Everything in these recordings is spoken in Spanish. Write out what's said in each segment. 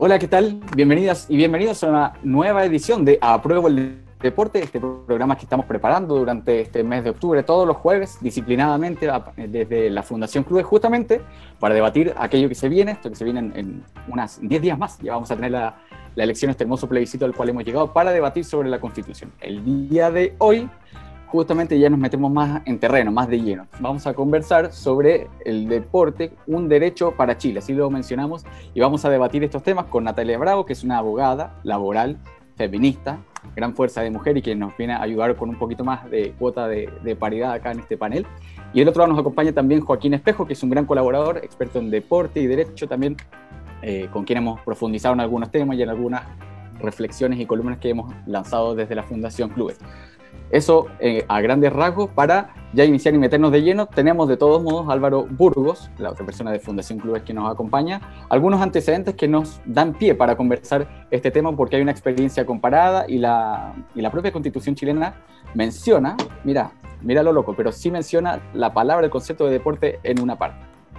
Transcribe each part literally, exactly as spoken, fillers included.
Hola, ¿qué tal? Bienvenidas y bienvenidos a una nueva edición de Apruebo el Deporte, este programa que estamos preparando durante este mes de octubre, todos los jueves, disciplinadamente, desde la Fundación Clubes, justamente para debatir aquello que se viene, esto que se viene en, en unas diez días más. Ya vamos a tener la, la elección, este hermoso plebiscito al cual hemos llegado para debatir sobre la Constitución. El día de hoy, justamente ya nos metemos más en terreno, más de lleno. Vamos a conversar sobre el deporte, un derecho para Chile, así lo mencionamos, y vamos a debatir estos temas con Natalia Bravo, que es una abogada laboral, feminista, gran fuerza de mujer y que nos viene a ayudar con un poquito más de cuota de, de paridad acá en este panel. Y del otro lado nos acompaña también Joaquín Espejo, que es un gran colaborador, experto en deporte y derecho también, eh, con quien hemos profundizado en algunos temas y en algunas reflexiones y columnas que hemos lanzado desde la Fundación Clubes. Eso eh, a grandes rasgos. Para ya iniciar y meternos de lleno, tenemos de todos modos a Álvaro Burgos, la otra persona de Fundación Clubes que nos acompaña, algunos antecedentes que nos dan pie para conversar este tema porque hay una experiencia comparada y la, y la propia Constitución chilena menciona, mira, mira lo loco, pero sí menciona la palabra, el concepto de deporte en una parte.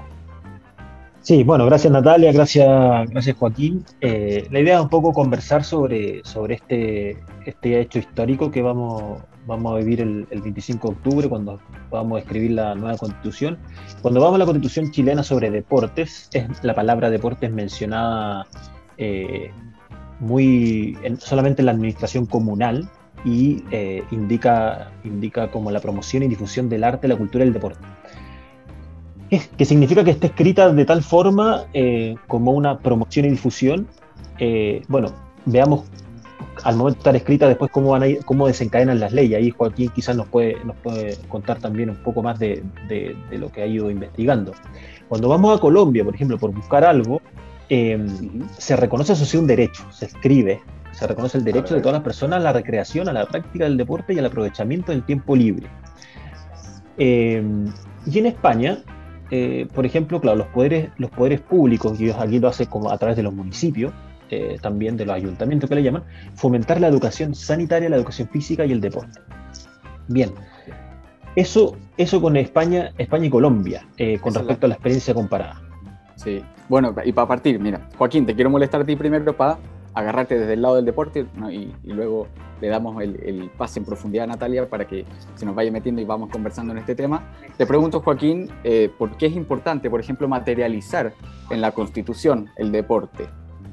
Sí, bueno, gracias Natalia, gracias, gracias Joaquín. Eh, la idea es un poco conversar sobre, sobre este, este hecho histórico que vamos, vamos a vivir el, el veinticinco de octubre cuando vamos a escribir la nueva Constitución. Cuando vamos a la Constitución chilena sobre deportes, es, la palabra deporte es mencionada eh, muy en, solamente en la administración comunal y eh, indica, indica como la promoción y difusión del arte, la cultura y el deporte. Que significa que esté escrita de tal forma eh, como una promoción y difusión. Eh, bueno, veamos al momento de estar escrita después cómo, van a ir, cómo desencadenan las leyes. Ahí Joaquín quizás nos puede, nos puede contar también un poco más de, de, de lo que ha ido investigando. Cuando vamos a Colombia, por ejemplo, por buscar algo, eh, uh-huh. se reconoce eso sí un derecho, se escribe, se reconoce el derecho de todas las personas a la recreación, a la práctica del deporte y al aprovechamiento del tiempo libre. Eh, y en España, Eh, por ejemplo, claro, los poderes, los poderes públicos, y aquí lo hace como a través de los municipios, eh, también de los ayuntamientos que le llaman, fomentar la educación sanitaria, la educación física y el deporte. Bien, eso, eso con España, España y Colombia, eh, con Esa respecto la... a la experiencia comparada. Sí, bueno, y para partir, mira, Joaquín, te quiero molestar a ti primero para agarrarte desde el lado del deporte, ¿no? y, y luego le damos el, el pase en profundidad a Natalia para que se nos vaya metiendo y vamos conversando en este tema. Te pregunto, Joaquín, eh, ¿por qué es importante, por ejemplo, materializar en la Constitución el deporte?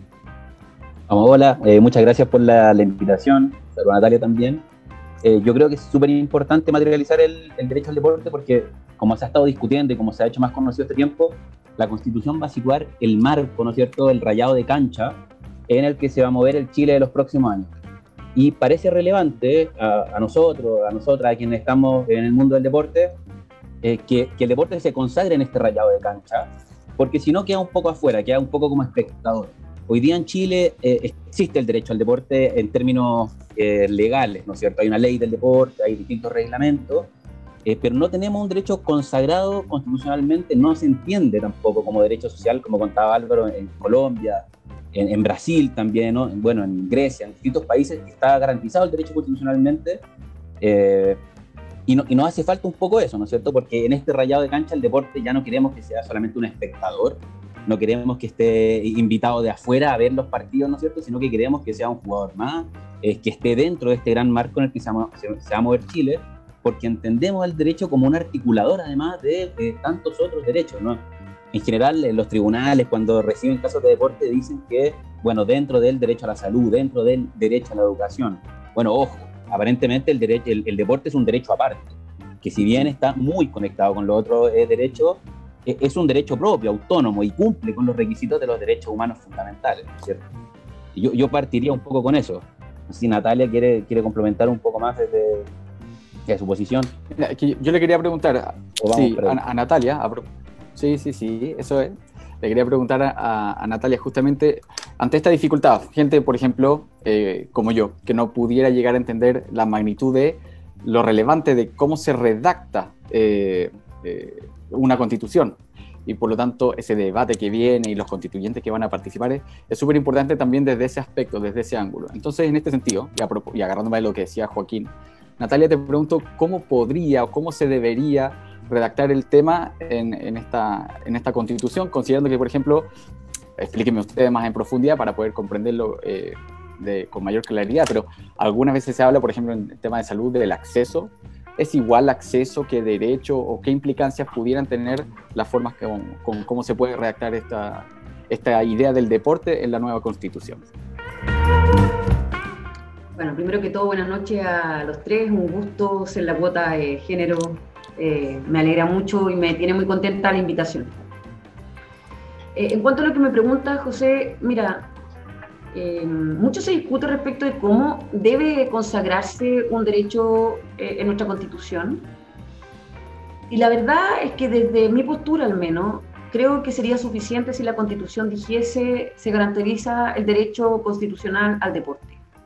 Vamos, hola, eh, muchas gracias por la, la invitación, saludos a Natalia también. Eh, yo creo que es súper importante materializar el, el derecho al deporte porque, como se ha estado discutiendo y como se ha hecho más conocido este tiempo, la Constitución va a situar el marco, ¿no es cierto?, el rayado de cancha en el que se va a mover el Chile de los próximos años. Y parece relevante a, a nosotros, a nosotras, a quienes estamos en el mundo del deporte, eh, que, que el deporte se consagre en este rayado de cancha, porque si no queda un poco afuera, queda un poco como espectador. Hoy día en Chile eh, existe el derecho al deporte en términos eh, legales, ¿no es cierto? Hay una ley del deporte, hay distintos reglamentos, eh, pero no tenemos un derecho consagrado constitucionalmente, no se entiende tampoco como derecho social, como contaba Álvaro, en Colombia, En, en Brasil también, ¿no? Bueno, en Grecia, en distintos países está garantizado el derecho constitucionalmente eh, y, no, y nos hace falta un poco eso, ¿no es cierto? Porque en este rayado de cancha el deporte ya no queremos que sea solamente un espectador, no queremos que esté invitado de afuera a ver los partidos, ¿no es cierto? Sino que queremos que sea un jugador más, eh, que esté dentro de este gran marco en el que se va, se, se va a mover Chile, porque entendemos el derecho como un articulador además de, de tantos otros derechos, ¿no? En general, los tribunales, cuando reciben casos de deporte, dicen que, bueno, dentro del derecho a la salud, dentro del derecho a la educación. Bueno, ojo, aparentemente el, derecho, el, el deporte es un derecho aparte, que si bien está muy conectado con los otros eh, derechos, eh, es un derecho propio, autónomo, y cumple con los requisitos de los derechos humanos fundamentales, ¿cierto? Y yo, yo partiría un poco con eso. Si Natalia quiere, quiere complementar un poco más desde, desde su posición. Yo le quería preguntar sí, a, a Natalia, a Sí, sí, sí, eso es. Le quería preguntar a, a Natalia justamente ante esta dificultad, gente, por ejemplo, eh, como yo, que no pudiera llegar a entender la magnitud de lo relevante de cómo se redacta eh, eh, una constitución. Y por lo tanto, ese debate que viene y los constituyentes que van a participar es súper importante también desde ese aspecto, desde ese ángulo. Entonces, en este sentido, y, a, y agarrándome de lo que decía Joaquín, Natalia, te pregunto, ¿cómo podría o cómo se debería redactar el tema en, en, esta, en esta constitución, considerando que, por ejemplo, explíquenme ustedes más en profundidad para poder comprenderlo eh, de, con mayor claridad, pero algunas veces se habla, por ejemplo, en el tema de salud, del acceso. ¿Es igual acceso que derecho, o qué implicancias pudieran tener las formas que, con, con cómo se puede redactar esta, esta idea del deporte en la nueva Constitución? Bueno, primero que todo, buenas noches a los tres, un gusto ser la cuota de género, eh, me alegra mucho y me tiene muy contenta la invitación. Eh, en cuanto a lo que me pregunta José, mira, eh, mucho se discute respecto de cómo debe consagrarse un derecho eh, en nuestra Constitución, y la verdad es que desde mi postura al menos, creo que sería suficiente si la Constitución dijese se garantiza el derecho constitucional al deporte.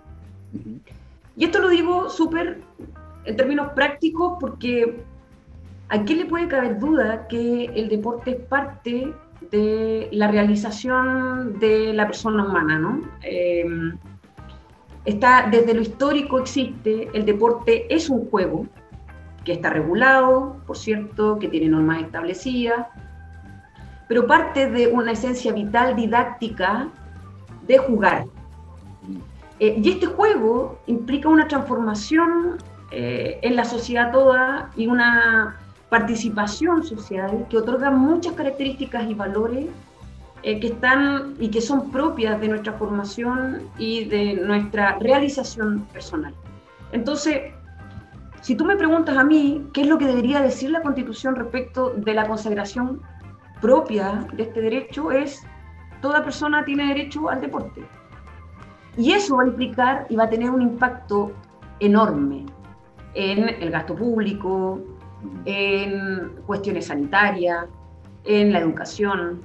Y esto lo digo súper en términos prácticos porque ¿a quién le puede caber duda que el deporte es parte de la realización de la persona humana, ¿no? Eh, está, desde lo histórico existe, el deporte es un juego que está regulado, por cierto, que tiene normas establecidas, pero parte de una esencia vital didáctica de jugar. Eh, y este juego implica una transformación eh, en la sociedad toda y una participación social que otorga muchas características y valores eh, que están y que son propias de nuestra formación y de nuestra realización personal. Entonces, si tú me preguntas a mí qué es lo que debería decir la Constitución respecto de la consagración propia de este derecho, es toda persona tiene derecho al deporte. Y eso va a implicar y va a tener un impacto enorme en el gasto público, en cuestiones sanitarias, en la educación,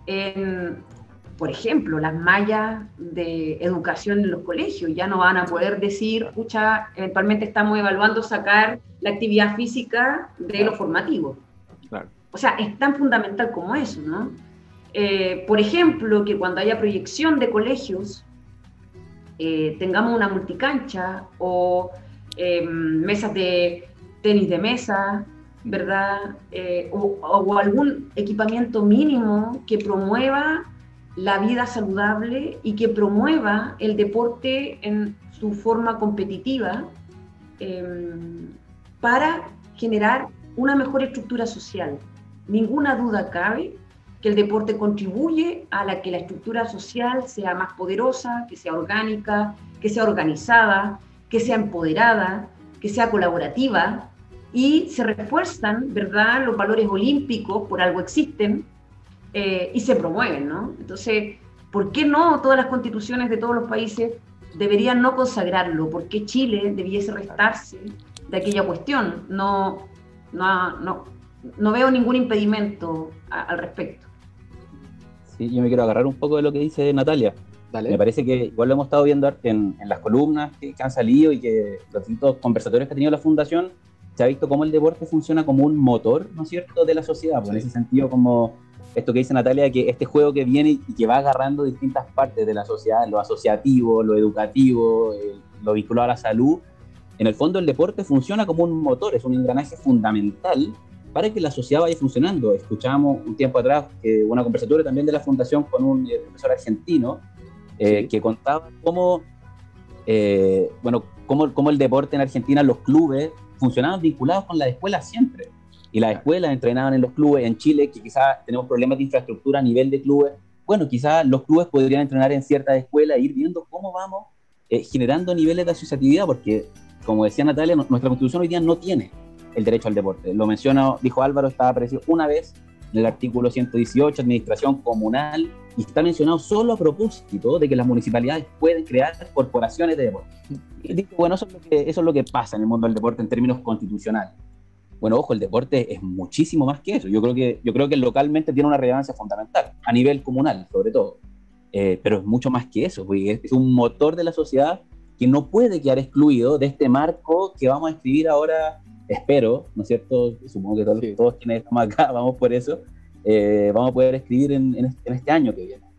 en, por ejemplo, las mallas de educación en los colegios. Ya no van a poder decir, pucha, eventualmente estamos evaluando sacar la actividad física de lo formativo. Claro. O sea, es tan fundamental como eso, ¿no? Eh, por ejemplo, que cuando haya proyección de colegios, Eh, tengamos una multicancha o eh, mesas de tenis de mesa, ¿verdad? Eh, o, o algún equipamiento mínimo que promueva la vida saludable y que promueva el deporte en su forma competitiva eh, para generar una mejor estructura social. Ninguna duda cabe que el deporte contribuye a la que la estructura social sea más poderosa, que sea orgánica, que sea organizada, que sea empoderada, que sea colaborativa, y se refuerzan, ¿verdad?, los valores olímpicos, por algo existen, eh, y se promueven, ¿no? Entonces, ¿por qué no todas las constituciones de todos los países deberían no consagrarlo? ¿Por qué Chile debiese restarse de aquella cuestión? No, no, no, no veo ningún impedimento a, al respecto. Sí, yo me quiero agarrar un poco de lo que dice Natalia. Dale. Me parece que igual lo hemos estado viendo en, en las columnas que, que han salido y que los distintos conversatorios que ha tenido la Fundación, se ha visto cómo el deporte funciona como un motor, ¿no es cierto?, de la sociedad. Pues, sí. En ese sentido, como esto que dice Natalia, que este juego que viene y que va agarrando distintas partes de la sociedad, lo asociativo, lo educativo, eh, lo vinculado a la salud, en el fondo el deporte funciona como un motor, es un engranaje fundamental para que la sociedad vaya funcionando. Escuchamos un tiempo atrás eh, una conversatoria también de la Fundación con un eh, profesor argentino eh, sí. que contaba cómo, eh, bueno, cómo, cómo el deporte en Argentina, los clubes funcionaban vinculados con las escuelas siempre. Y las escuelas entrenaban en los clubes. En Chile, que quizás tenemos problemas de infraestructura a nivel de clubes, bueno, quizás los clubes podrían entrenar en ciertas escuelas e ir viendo cómo vamos eh, generando niveles de asociatividad, porque, como decía Natalia, no, nuestra Constitución hoy día no tiene el derecho al deporte. Lo mencionó, dijo Álvaro, estaba aparecido una vez en el artículo ciento dieciocho, administración comunal, y está mencionado solo a propósito de que las municipalidades pueden crear corporaciones de deporte. Y digo, bueno, eso es, lo que, eso es lo que pasa en el mundo del deporte en términos constitucionales. Bueno, ojo, el deporte es muchísimo más que eso. Yo creo que, yo creo que localmente tiene una relevancia fundamental, a nivel comunal, sobre todo. Eh, pero es mucho más que eso, porque es un motor de la sociedad que no puede quedar excluido de este marco que vamos a escribir ahora, espero, ¿no es cierto? Supongo que todos, sí. todos quienes estamos acá vamos por eso, eh, vamos a poder escribir en, en, este, en este año que viene.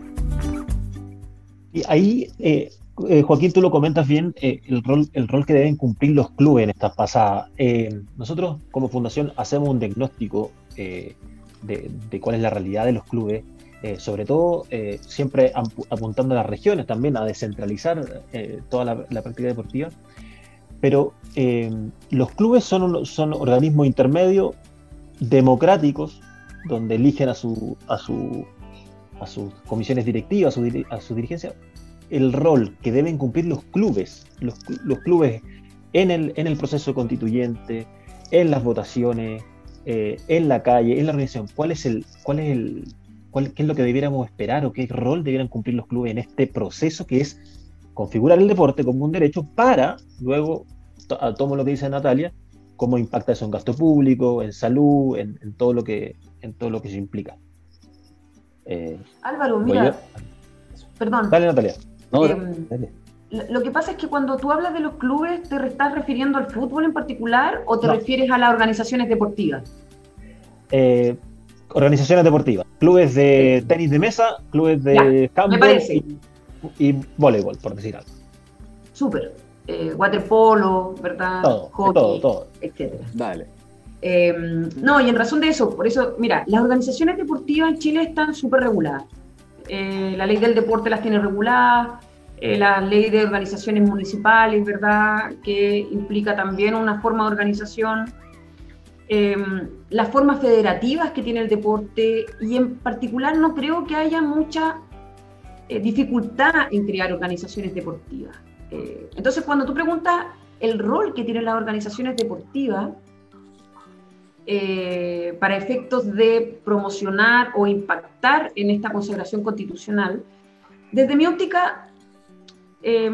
Y ahí, eh, eh, Joaquín, tú lo comentas bien, eh, el, rol, el rol que deben cumplir los clubes en estas pasadas. Eh, nosotros como fundación hacemos un diagnóstico eh, de, de cuál es la realidad de los clubes, eh, sobre todo eh, siempre apuntando a las regiones también, a descentralizar eh, toda la, la práctica deportiva. Pero eh, los clubes son, son organismos intermedios, democráticos, donde eligen a, su, a, su, a sus comisiones directivas, a su, a su dirigencia, el rol que deben cumplir los clubes, los, los clubes en el, en el proceso constituyente, en las votaciones, eh, en la calle, en la organización. ¿Cuál es el, cuál es el, cuál, qué es lo que debiéramos esperar o qué rol debieran cumplir los clubes en este proceso que es configurar el deporte como un derecho para luego, to, tomo lo que dice Natalia, cómo impacta eso en gasto público, en salud, en, en todo lo que en todo lo que eso implica. Eh, Álvaro, mira, perdón. Dale, Natalia. No, eh, dale. Lo que pasa es que cuando tú hablas de los clubes, ¿te estás refiriendo al fútbol en particular o te no. refieres a las organizaciones deportivas? Eh, organizaciones deportivas, clubes de tenis de mesa, clubes de handball y, y voleibol, por decir algo. Súper. Eh, waterpolo, ¿verdad? Todo, hockey, todo, todo. etcétera. Dale. Eh, no, y en razón de eso, por eso, mira, las organizaciones deportivas en Chile están súper reguladas. Eh, la ley del deporte las tiene reguladas, eh, la ley de organizaciones municipales, ¿verdad?, que implica también una forma de organización, eh, las formas federativas que tiene el deporte, y en particular no creo que haya mucha eh, dificultad en crear organizaciones deportivas. Eh, entonces, cuando tú preguntas el rol que tienen las organizaciones deportivas, Eh, para efectos de promocionar o impactar en esta consagración constitucional, desde mi óptica, eh,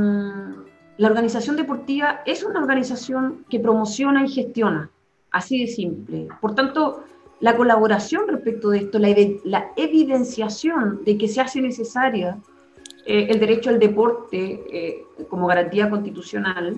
la organización deportiva es una organización que promociona y gestiona, así de simple. Por tanto, la colaboración respecto de esto, la, la evidenciación de que se hace necesaria eh, el derecho al deporte eh, como garantía constitucional,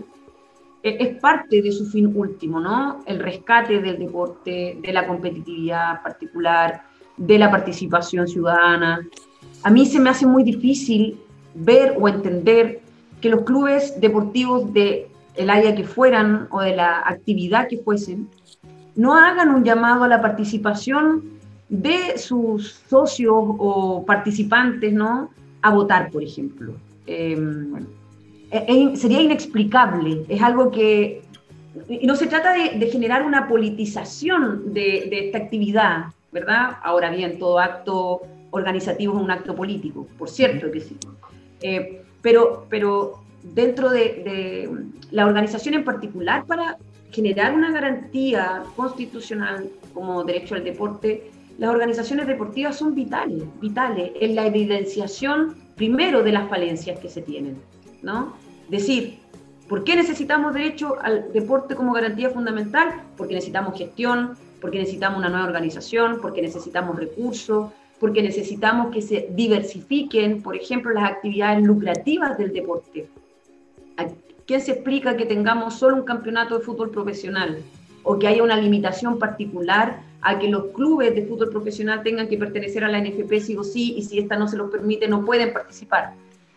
es parte de su fin último, ¿no? El rescate del deporte, de la competitividad particular, de la participación ciudadana. A mí se me hace muy difícil ver o entender que los clubes deportivos del área que fueran o de la actividad que fuesen no hagan un llamado a la participación de sus socios o participantes, ¿no?, a votar, por ejemplo. Eh, bueno, Eh, sería inexplicable, es algo que... Y no se trata de, de generar una politización de, de esta actividad, ¿verdad? Ahora bien, todo acto organizativo es un acto político, por cierto que sí. Eh, pero, pero dentro de, de la organización en particular, para generar una garantía constitucional como derecho al deporte, las organizaciones deportivas son vitales, vitales en la evidenciación, primero, de las falencias que se tienen, ¿no? Decir, ¿por qué necesitamos derecho al deporte como garantía fundamental? Porque necesitamos gestión, porque necesitamos una nueva organización, porque necesitamos recursos, porque necesitamos que se diversifiquen, por ejemplo, las actividades lucrativas del deporte. ¿A quién se explica que tengamos solo un campeonato de fútbol profesional? O que haya una limitación particular a que los clubes de fútbol profesional tengan que pertenecer a la N F P sí o sí, y si esta no se los permite, no pueden participar.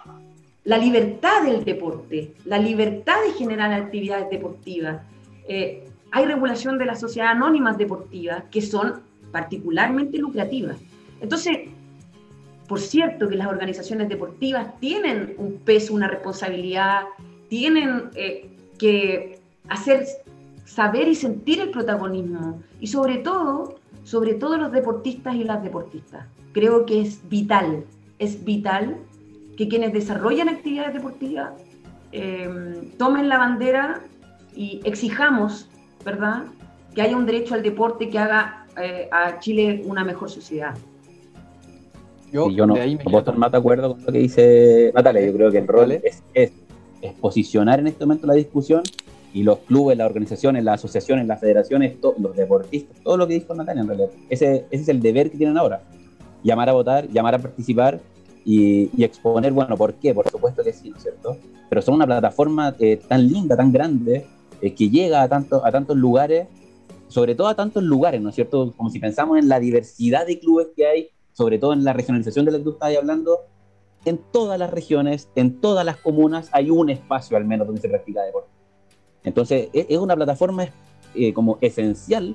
La libertad del deporte, la libertad de generar actividades deportivas. Eh, hay regulación de las sociedades anónimas deportivas que son particularmente lucrativas. Entonces, por cierto que las organizaciones deportivas tienen un peso, una responsabilidad, tienen eh, que hacer saber y sentir el protagonismo, y sobre todo, sobre todo los deportistas y las deportistas. Creo que es vital, es vital que quienes desarrollan actividades deportivas eh, tomen la bandera y exijamos, ¿verdad?, que haya un derecho al deporte que haga eh, a Chile una mejor sociedad. Yo, sí, yo no, no puedo estar más de acuerdo con lo que dice Natalia. Yo creo que el rol es, es, es posicionar en este momento la discusión, y los clubes, las organizaciones, las asociaciones, las federaciones, to, los deportistas, todo lo que dijo Natalia en realidad. Ese, ese es el deber que tienen ahora. Llamar a votar, llamar a participar, Y, y exponer, bueno, ¿por qué? Por supuesto que sí, ¿no es cierto? Pero son una plataforma eh, tan linda, tan grande, eh, que llega a, tanto, a tantos lugares, sobre todo a tantos lugares, ¿no es cierto? Como si pensamos en la diversidad de clubes que hay, sobre todo en la regionalización de la que tú estabas hablando, en todas las regiones, en todas las comunas, hay un espacio al menos donde se practica deporte. Entonces, es, es una plataforma eh, como esencial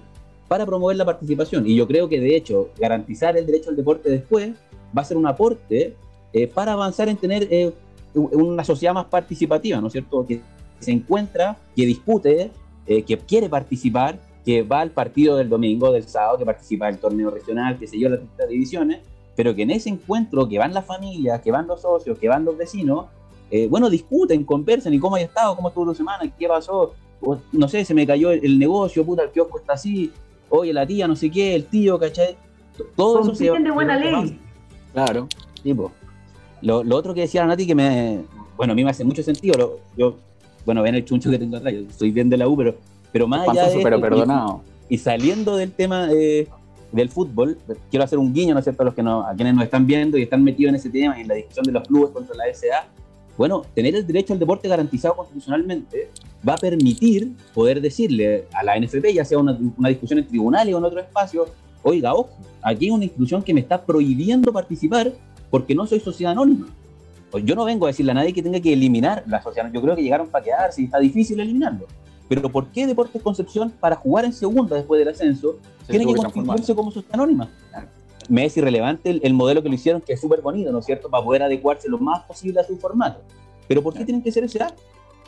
para promover la participación. Y yo creo que, de hecho, garantizar el derecho al deporte después va a ser un aporte eh, para avanzar en tener eh, una sociedad más participativa, ¿no es cierto? Que se encuentra, que discute, eh, que quiere participar, que va al partido del domingo, del sábado, que participa del torneo regional, que se lleva las distintas divisiones, pero que en ese encuentro, que van las familias, que van los socios, que van los vecinos, eh, bueno, discuten, conversan, y cómo hay estado, cómo estuvo tu semana, qué pasó, o, no sé, se me cayó el, el negocio, puta, el kiosco está así, oye, la tía, no sé qué, el tío, ¿cachai? Todo eso se... de buena ley. Claro, tipo. Lo, lo otro que decía la Nati que me... Bueno, a mí me hace mucho sentido. Lo, yo, bueno, ven el chuncho que tengo atrás, yo soy bien de la U, pero, pero más allá de pero esto, perdonado. Y, y saliendo del tema eh, del fútbol, quiero hacer un guiño, ¿no es cierto?, a los que no, a quienes nos están viendo y están metidos en ese tema, en la discusión de los clubes contra la S A. Bueno, tener el derecho al deporte garantizado constitucionalmente va a permitir poder decirle a la N F P, ya sea una, una discusión en tribunales o en otro espacio, oiga, ojo, aquí hay una institución que me está prohibiendo participar porque no soy sociedad anónima. Pues yo no vengo a decirle a nadie que tenga que eliminar la sociedad anónima. Yo creo que llegaron para quedarse y está difícil eliminarlo. Pero ¿por qué Deportes Concepción, para jugar en segunda después del ascenso, Se tiene que constituirse como sociedad anónima? Me es irrelevante el, el modelo que lo hicieron, que es súper bonito, ¿no es cierto?, para poder adecuarse lo más posible a su formato. Pero ¿por qué tienen que ser S A?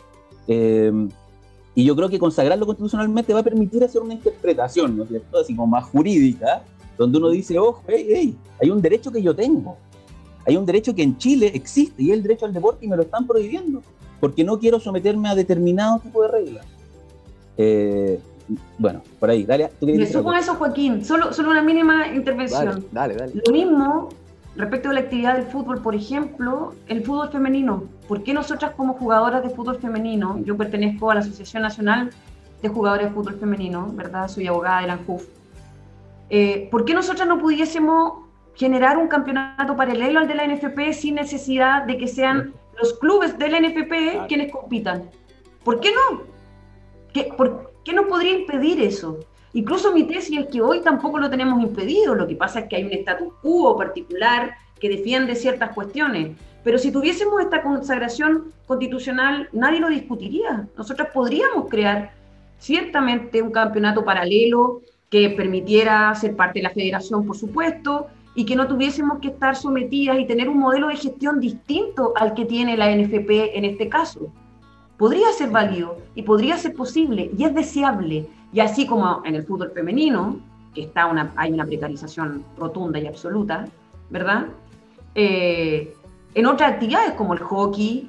Eh, y yo creo que consagrarlo constitucionalmente va a permitir hacer una interpretación, ¿no es cierto?, así como más jurídica, donde uno dice, ojo, hey, hey, hay un derecho que yo tengo. Hay un derecho que en Chile existe y es el derecho al deporte y me lo están prohibiendo porque no quiero someterme a determinado tipo de reglas. Eh, bueno, por ahí, dale. ¿Tú Me sumo a eso, Joaquín. Solo, solo una mínima intervención. Dale, dale, dale. Lo mismo respecto a la actividad del fútbol, por ejemplo, el fútbol femenino. ¿Por qué nosotras como jugadoras de fútbol femenino, yo pertenezco a la Asociación Nacional de Jugadores de Fútbol Femenino, ¿verdad? Soy abogada de la ANJUF. Eh, ¿Por qué nosotras no pudiésemos generar un campeonato paralelo al de la N F P sin necesidad de que sean los clubes de la N F P quienes compitan? ¿Por qué no? ¿Qué, ¿Por qué nos podría impedir eso? Incluso mi tesis es que hoy tampoco lo tenemos impedido, lo que pasa es que hay un status quo particular que defiende ciertas cuestiones, pero si tuviésemos esta consagración constitucional, nadie lo discutiría. Nosotros podríamos crear ciertamente un campeonato paralelo que permitiera ser parte de la federación, por supuesto, y que no tuviésemos que estar sometidas y tener un modelo de gestión distinto al que tiene la N F P en este caso. Podría ser válido y podría ser posible y es deseable. Y así como en el fútbol femenino, que está una, hay una precarización rotunda y absoluta, ¿verdad? Eh, en otras actividades como el hockey,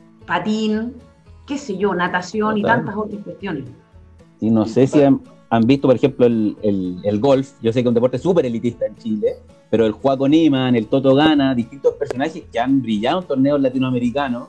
patín, qué sé yo, natación y tantas otras cuestiones. Sí, no sé si han, han visto, por ejemplo, el, el, el golf. Yo sé que es un deporte súper elitista en Chile, pero el Joaco Niman, el Toto Gana, distintos personajes que han brillado en torneos latinoamericanos,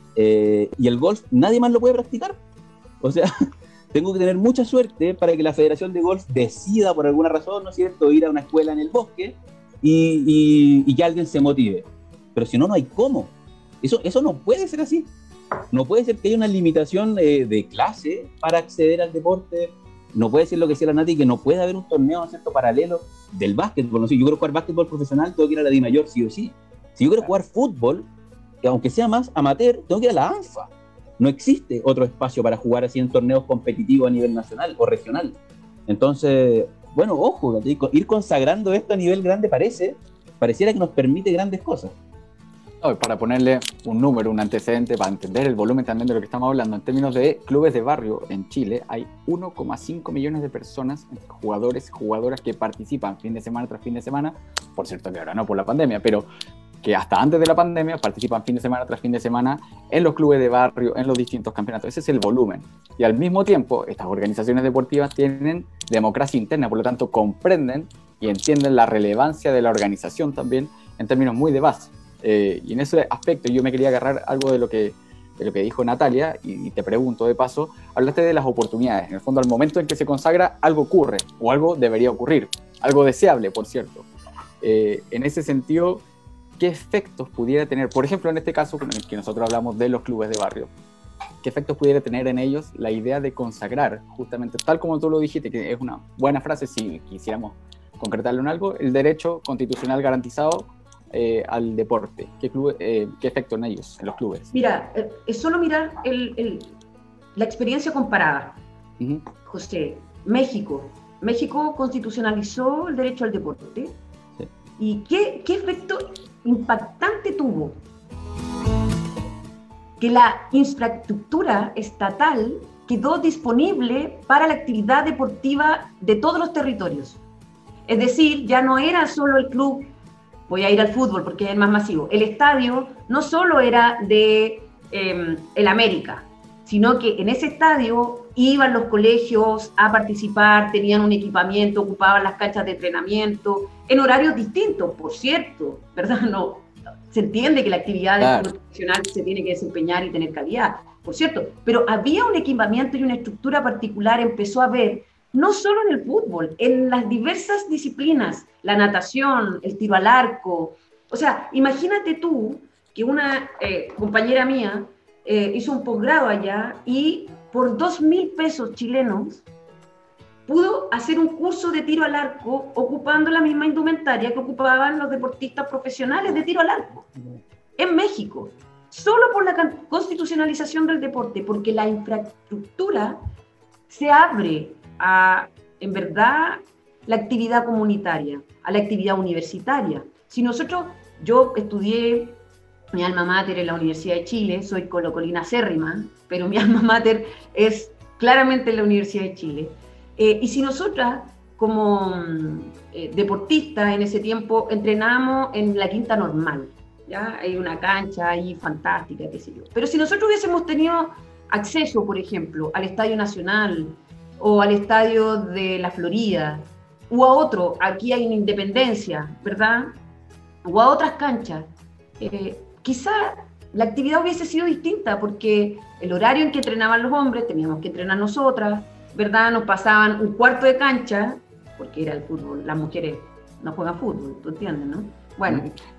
eh, y el golf nadie más lo puede practicar. O sea, tengo que tener mucha suerte para que la Federación de Golf decida por alguna razón, ¿no es cierto?, ir a una escuela en el bosque y, y, y que alguien se motive. Pero si no, no hay cómo. Eso, eso no puede ser así. No puede ser que haya una limitación eh, de clase para acceder al deporte. No puede ser lo que decía la Nati, que no puede haber un torneo, ¿no es cierto?, paralelo del básquetbol. No sé, yo quiero jugar básquetbol profesional, tengo que ir a la DIMAYOR sí o sí. Si yo quiero jugar fútbol, aunque sea más amateur, tengo que ir a la ANFA. No existe otro espacio para jugar así en torneos competitivos a nivel nacional o regional. Entonces, bueno, ojo, ir consagrando esto a nivel grande parece, pareciera que nos permite grandes cosas. Para ponerle un número, un antecedente, para entender el volumen también de lo que estamos hablando, en términos de clubes de barrio en Chile, hay uno coma cinco millones de personas, jugadores y jugadoras que participan fin de semana tras fin de semana, por cierto que ahora no por la pandemia, pero que hasta antes de la pandemia participan fin de semana tras fin de semana en los clubes de barrio, en los distintos campeonatos. Ese es el volumen. Y al mismo tiempo, estas organizaciones deportivas tienen democracia interna, por lo tanto comprenden y entienden la relevancia de la organización también en términos muy de base. Eh, y en ese aspecto yo me quería agarrar algo de lo que, de lo que dijo Natalia, y, y te pregunto de paso, hablaste de las oportunidades. En el fondo, al momento en que se consagra, algo ocurre, o algo debería ocurrir, algo deseable, por cierto. Eh, en ese sentido, ¿qué efectos pudiera tener, por ejemplo, en este caso, en el que nosotros hablamos de los clubes de barrio, qué efectos pudiera tener en ellos la idea de consagrar, justamente, tal como tú lo dijiste, que es una buena frase si quisiéramos concretarlo en algo, el derecho constitucional garantizado Eh, al deporte? ¿Qué, club, eh, ¿Qué efecto en ellos, en los clubes? Mira, eh, es solo mirar el, el, la experiencia comparada. Uh-huh. José, México, México constitucionalizó el derecho al deporte. Sí. ¿Y qué, qué efecto impactante tuvo? Que la infraestructura estatal quedó disponible para la actividad deportiva de todos los territorios. Es decir, ya no era solo el club, voy a ir al fútbol porque es el más masivo, el estadio no solo era de eh, el América, sino que en ese estadio iban los colegios a participar, tenían un equipamiento, ocupaban las canchas de entrenamiento, en horarios distintos, por cierto, ¿verdad? No, se entiende que la actividad Claro. profesional se tiene que desempeñar y tener calidad, por cierto, pero había un equipamiento y una estructura particular, empezó a haber, no solo en el fútbol, en las diversas disciplinas, la natación, el tiro al arco. O sea, imagínate tú que una eh, compañera mía eh, hizo un posgrado allá y por dos mil pesos chilenos pudo hacer un curso de tiro al arco ocupando la misma indumentaria que ocupaban los deportistas profesionales de tiro al arco en México, solo por la constitucionalización del deporte, porque la infraestructura se abre a, en verdad, la actividad comunitaria, a la actividad universitaria. Si nosotros, yo estudié mi alma mater en la Universidad de Chile, soy colocolina acérrima, pero mi alma mater es claramente en la Universidad de Chile. Eh, y si nosotras, como eh, deportistas en ese tiempo, entrenábamos en la Quinta Normal, ¿ya? Hay una cancha ahí fantástica, qué sé yo. Pero si nosotros hubiésemos tenido acceso, por ejemplo, al Estadio Nacional, o al estadio de la Florida, o a otro, aquí hay una Independencia, ¿verdad? O a otras canchas, eh, quizá la actividad hubiese sido distinta, porque el horario en que entrenaban los hombres, teníamos que entrenar nosotras, ¿verdad? Nos pasaban un cuarto de cancha, porque era el fútbol, las mujeres no juegan fútbol, ¿tú entiendes, no? Bueno,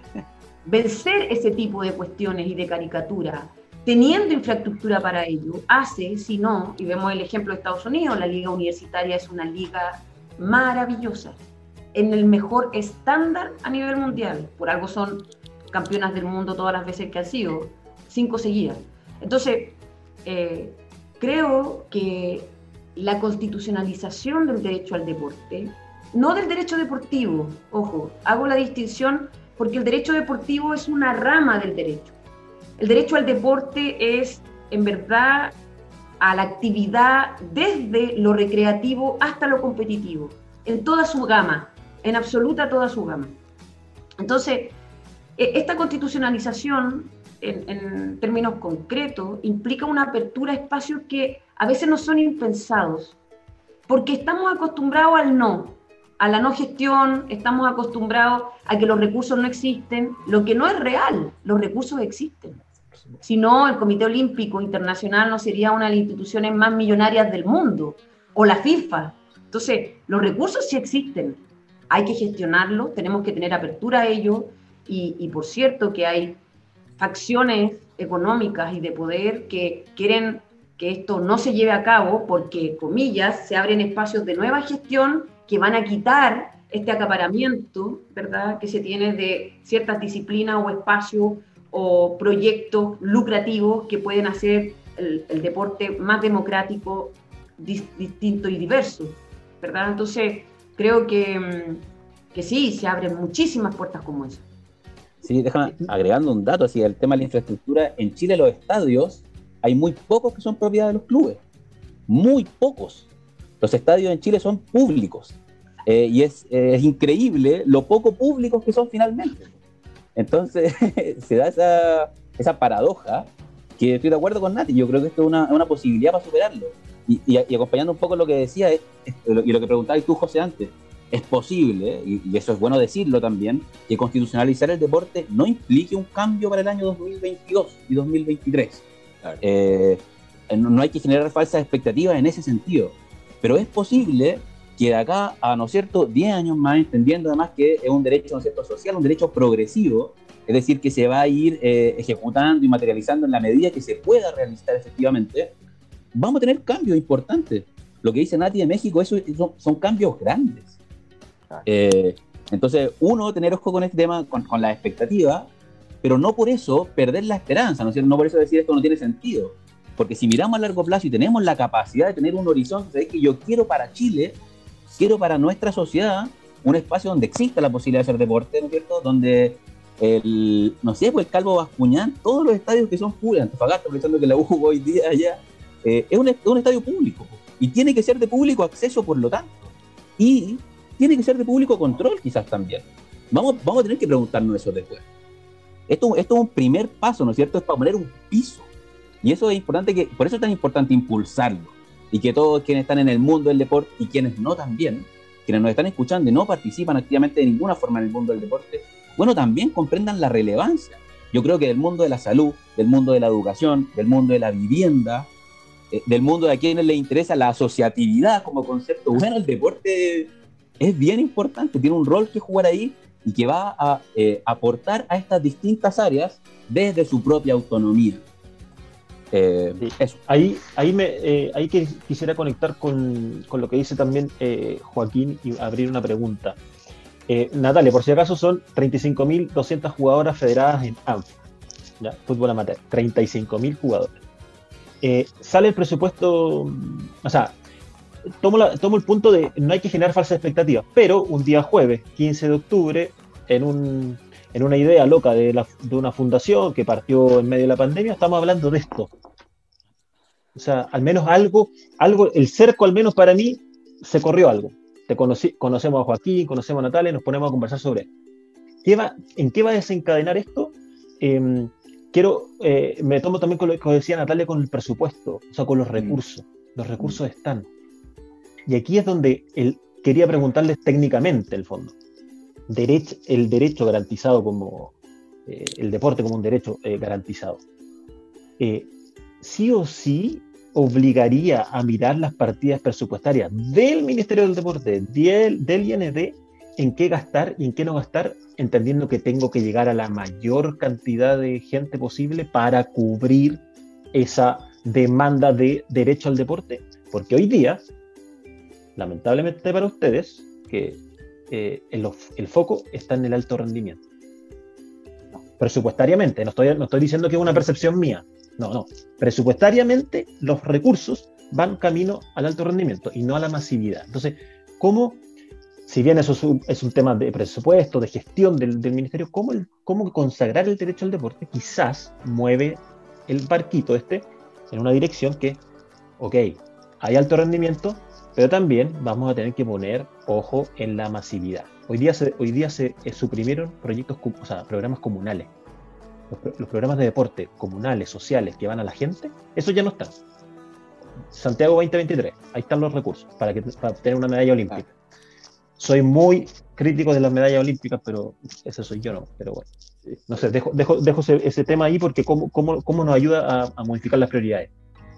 vencer ese tipo de cuestiones y de caricaturas, teniendo infraestructura para ello, hace, si no, y vemos el ejemplo de Estados Unidos, la liga universitaria es una liga maravillosa, en el mejor estándar a nivel mundial, por algo son campeonas del mundo todas las veces que han sido, cinco seguidas. Entonces, eh, creo que la constitucionalización del derecho al deporte, no del derecho deportivo, ojo, hago la distinción porque el derecho deportivo es una rama del derecho. El derecho al deporte es, en verdad, a la actividad desde lo recreativo hasta lo competitivo, en toda su gama, en absoluta toda su gama. Entonces, esta constitucionalización, en, en términos concretos, implica una apertura a espacios que a veces no son impensados, porque estamos acostumbrados al no, a la no gestión, estamos acostumbrados a que los recursos no existen, lo que no es real, los recursos existen. Si no, el Comité Olímpico Internacional no sería una de las instituciones más millonarias del mundo, o la FIFA. Entonces, los recursos sí existen, hay que gestionarlos, tenemos que tener apertura a ello, y, y por cierto que hay facciones económicas y de poder que quieren que esto no se lleve a cabo porque, comillas, se abren espacios de nueva gestión que van a quitar este acaparamiento, ¿verdad?, que se tiene de ciertas disciplinas o espacios o proyectos lucrativos que pueden hacer el, el deporte más democrático, dis, distinto y diverso, ¿verdad? Entonces, creo que, que sí, se abren muchísimas puertas como esa. Sí, déjame agregando un dato, así el tema de la infraestructura. En Chile los estadios, hay muy pocos que son propiedad de los clubes, muy pocos. Los estadios en Chile son públicos, eh, y es, eh, es increíble lo poco públicos que son finalmente. Entonces, se da esa, esa paradoja que estoy de acuerdo con Nati. Yo creo que esto es una, una posibilidad para superarlo. Y, y, y acompañando un poco lo que decía, es, es, y lo que preguntabas tú, José, antes, es posible, y, y eso es bueno decirlo también, que constitucionalizar el deporte no implique un cambio para el año dos mil veintidós y dos mil veintitrés. Claro. Eh, no, no hay que generar falsas expectativas en ese sentido, pero es posible que de acá a, ¿no es cierto?, diez años más, entendiendo además que es un derecho, ¿no es cierto?, social, un derecho progresivo, es decir, que se va a ir eh, ejecutando y materializando en la medida que se pueda realizar efectivamente, vamos a tener cambios importantes. Lo que dice Nati de México, eso son, son cambios grandes. Eh, entonces, uno, tener ojo con este tema, con, con la expectativa, pero no por eso perder la esperanza, ¿no es cierto? No por eso decir esto no tiene sentido. Porque si miramos a largo plazo y tenemos la capacidad de tener un horizonte, ¿sabes?, que yo quiero para Chile, quiero para nuestra sociedad un espacio donde exista la posibilidad de hacer deporte, ¿no es cierto? Donde el, no sé, pues el Calvo Bascuñán, todos los estadios que son públicos, Antofagasta, pensando que la U jugó hoy día allá, eh, es, un, es un estadio público, y tiene que ser de público acceso, por lo tanto, y tiene que ser de público control quizás también. Vamos, vamos a tener que preguntarnos eso después. Esto, esto es un primer paso, ¿no es cierto? Es para poner un piso, y eso es importante, que por eso es tan importante impulsarlo, y que todos quienes están en el mundo del deporte, y quienes no también, quienes nos están escuchando y no participan activamente de ninguna forma en el mundo del deporte, bueno, también comprendan la relevancia. Yo creo que del mundo de la salud, del mundo de la educación, del mundo de la vivienda, eh, del mundo de a quienes les interesa la asociatividad como concepto, bueno, el deporte es bien importante, tiene un rol que jugar ahí y que va a eh, aportar a estas distintas áreas desde su propia autonomía. Eh, sí. Eso. Ahí, ahí, me, eh, ahí que quisiera conectar con, con lo que dice también eh, Joaquín y abrir una pregunta. Eh, Natalia, por si acaso, son treinta y cinco mil doscientas jugadoras federadas en A N F, ¿ya? Fútbol amateur, treinta y cinco mil jugadores. Eh, sale el presupuesto, o sea, tomo, la, tomo el punto de no hay que generar falsas expectativas, pero un día jueves, quince de octubre, en, un, en una idea loca de, la, de una fundación que partió en medio de la pandemia, estamos hablando de esto. O sea, al menos algo, algo, el cerco al menos para mí, se corrió algo. Te conocí, conocemos a Joaquín, conocemos a Natalia, nos ponemos a conversar sobre esto. ¿Qué va, ¿En qué va a desencadenar esto? Eh, quiero, eh, me tomo también con lo que decía Natalia con el presupuesto, o sea, con los recursos. Los recursos están. Y aquí es donde él quería preguntarles técnicamente, el fondo. Derecho, el derecho garantizado como, eh, el deporte como un derecho eh, garantizado. Eh, sí o sí obligaría a mirar las partidas presupuestarias del Ministerio del Deporte, del, del I N D, en qué gastar y en qué no gastar, entendiendo que tengo que llegar a la mayor cantidad de gente posible para cubrir esa demanda de derecho al deporte. Porque hoy día, lamentablemente para ustedes, que eh, el, el foco está en el alto rendimiento. Presupuestariamente, no estoy, no estoy diciendo que es una percepción mía. No, no. Presupuestariamente, los recursos van camino al alto rendimiento y no a la masividad. Entonces, ¿cómo, si bien eso es un, es un tema de presupuesto, de gestión del, del ministerio, ¿cómo, el, cómo consagrar el derecho al deporte quizás mueve el barquito este en una dirección que, ok, hay alto rendimiento, pero también vamos a tener que poner ojo en la masividad. Hoy día se, hoy día se eh, suprimieron proyectos, o sea, programas comunales. Los, los programas de deporte comunales, sociales, que van a la gente, eso ya no están. Santiago veinte veintitrés, ahí están los recursos para, que, para obtener una medalla olímpica. Soy muy crítico de las medallas olímpicas, pero ese soy yo, no. Pero bueno, no sé, dejo, dejo, dejo ese, ese tema ahí porque cómo, cómo, cómo nos ayuda a, a modificar las prioridades.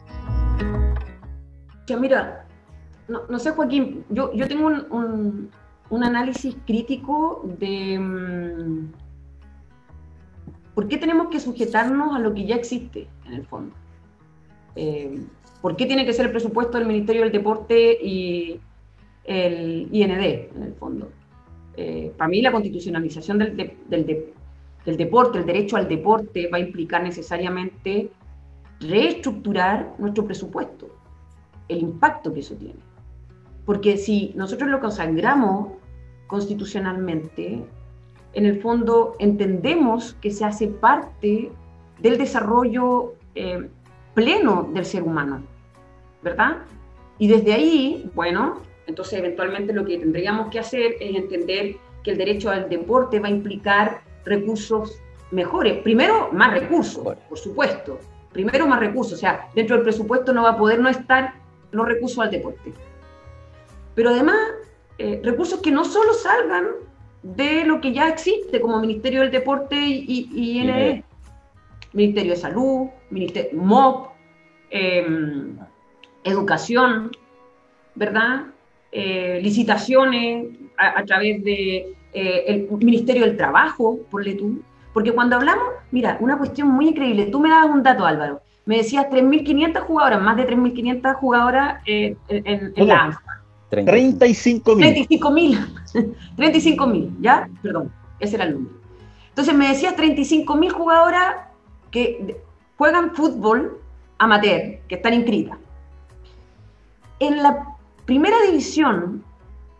Ya, mira, no, no sé, Joaquín, yo, yo tengo un, un, un análisis crítico de um, por qué tenemos que sujetarnos a lo que ya existe, en el fondo. Eh, ¿Por qué tiene que ser el presupuesto del Ministerio del Deporte y el I N D, en el fondo? Eh, para mí la constitucionalización del, de, del, de, del deporte, el derecho al deporte, va a implicar necesariamente reestructurar nuestro presupuesto, el impacto que eso tiene. Porque si nosotros lo consagramos constitucionalmente, en el fondo entendemos que se hace parte del desarrollo eh, pleno del ser humano, ¿verdad? Y desde ahí, bueno, entonces eventualmente lo que tendríamos que hacer es entender que el derecho al deporte va a implicar recursos mejores. Primero, más recursos, por supuesto. Primero, más recursos. O sea, dentro del presupuesto no va a poder no estar los recursos al deporte. Pero además, eh, recursos que no solo salgan de lo que ya existe como Ministerio del Deporte y, y I N D. Sí. Ministerio de Salud, Ministerio, M O P, eh, Educación, ¿verdad? Eh, licitaciones a, a través de eh, el Ministerio del Trabajo, ponle tú. Porque cuando hablamos, mira, una cuestión muy increíble, tú me dabas un dato, Álvaro, me decías tres mil quinientas jugadoras, más de tres mil quinientas jugadoras eh, en, en, en la ANFA. treinta y cinco mil. treinta y cinco mil. treinta y cinco mil, ¿ya? Perdón, ese era el número. Entonces me decías treinta y cinco mil jugadoras que juegan fútbol amateur, que están inscritas. En la primera división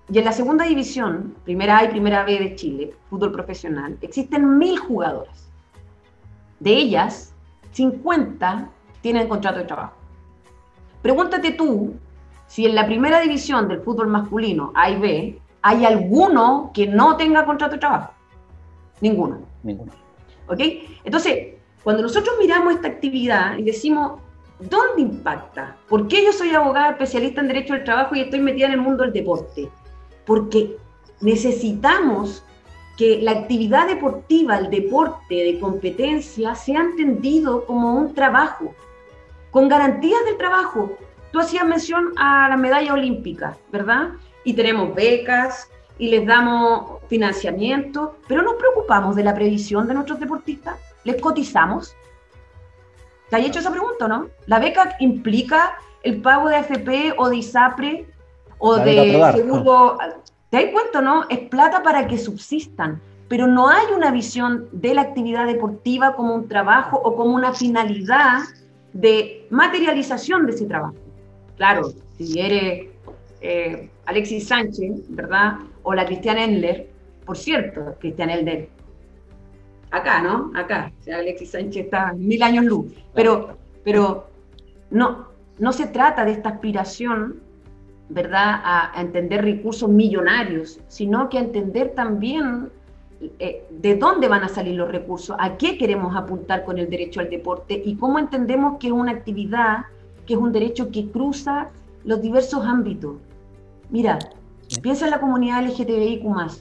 y en la segunda división, primera A y primera B de Chile, fútbol profesional, existen mil jugadoras. De ellas, cincuenta tienen contrato de trabajo. Pregúntate tú si en la primera división del fútbol masculino, A y B, hay alguno que no tenga contrato de trabajo. Ninguno. Ninguno. ¿Ok? Entonces, cuando nosotros miramos esta actividad y decimos, ¿dónde impacta? ¿Por qué yo soy abogada especialista en Derecho del Trabajo y estoy metida en el mundo del deporte? Porque necesitamos que la actividad deportiva, el deporte de competencia, sea entendido como un trabajo, con garantías del trabajo. Tú hacías mención a la medalla olímpica, ¿verdad? Y tenemos becas y les damos financiamiento, pero nos preocupamos de la previsión de nuestros deportistas. ¿Les cotizamos? ¿Te has hecho esa pregunta, no? ¿La beca implica el pago de A F P o de ISAPRE o La de beca probar, seguro? ¿Te das cuenta, no? Es plata para que subsistan, pero no hay una visión de la actividad deportiva como un trabajo o como una finalidad de materialización de ese trabajo. Claro, si eres eh, Alexis Sánchez, ¿verdad? O la Cristian Endler, por cierto, Cristian Endler, acá, ¿no? Acá, o sea, Alexis Sánchez está mil años luz, pero, pero no, no se trata de esta aspiración, ¿verdad?, a, a entender recursos millonarios, sino que a entender también eh, de dónde van a salir los recursos, a qué queremos apuntar con el derecho al deporte y cómo entendemos que es una actividad, que es un derecho que cruza los diversos ámbitos. Mira, piensa en la comunidad L G T B I Q más.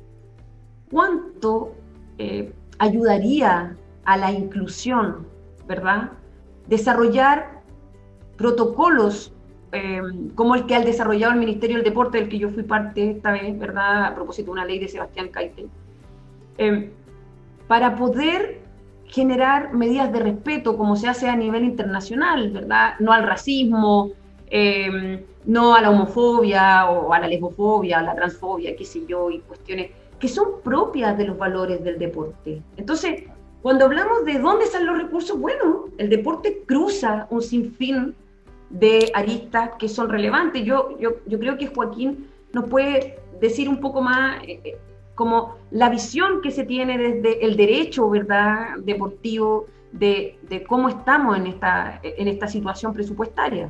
¿Cuánto eh, ayudaría a la inclusión, ¿verdad?, desarrollar protocolos eh, como el que ha desarrollado el Ministerio del Deporte, del que yo fui parte esta vez, ¿verdad?, a propósito de una ley de Sebastián Keitel, eh, para poder generar medidas de respeto, como se hace a nivel internacional, ¿verdad?, no al racismo, eh, no a la homofobia, o a la lesbofobia, a la transfobia, qué sé yo, y cuestiones que son propias de los valores del deporte. Entonces, cuando hablamos de dónde salen los recursos, bueno, el deporte cruza un sinfín de aristas que son relevantes. Yo, yo, yo creo que Joaquín nos puede decir un poco más eh, como la visión que se tiene desde el derecho, ¿verdad?, deportivo, de, de cómo estamos en esta, en esta situación presupuestaria.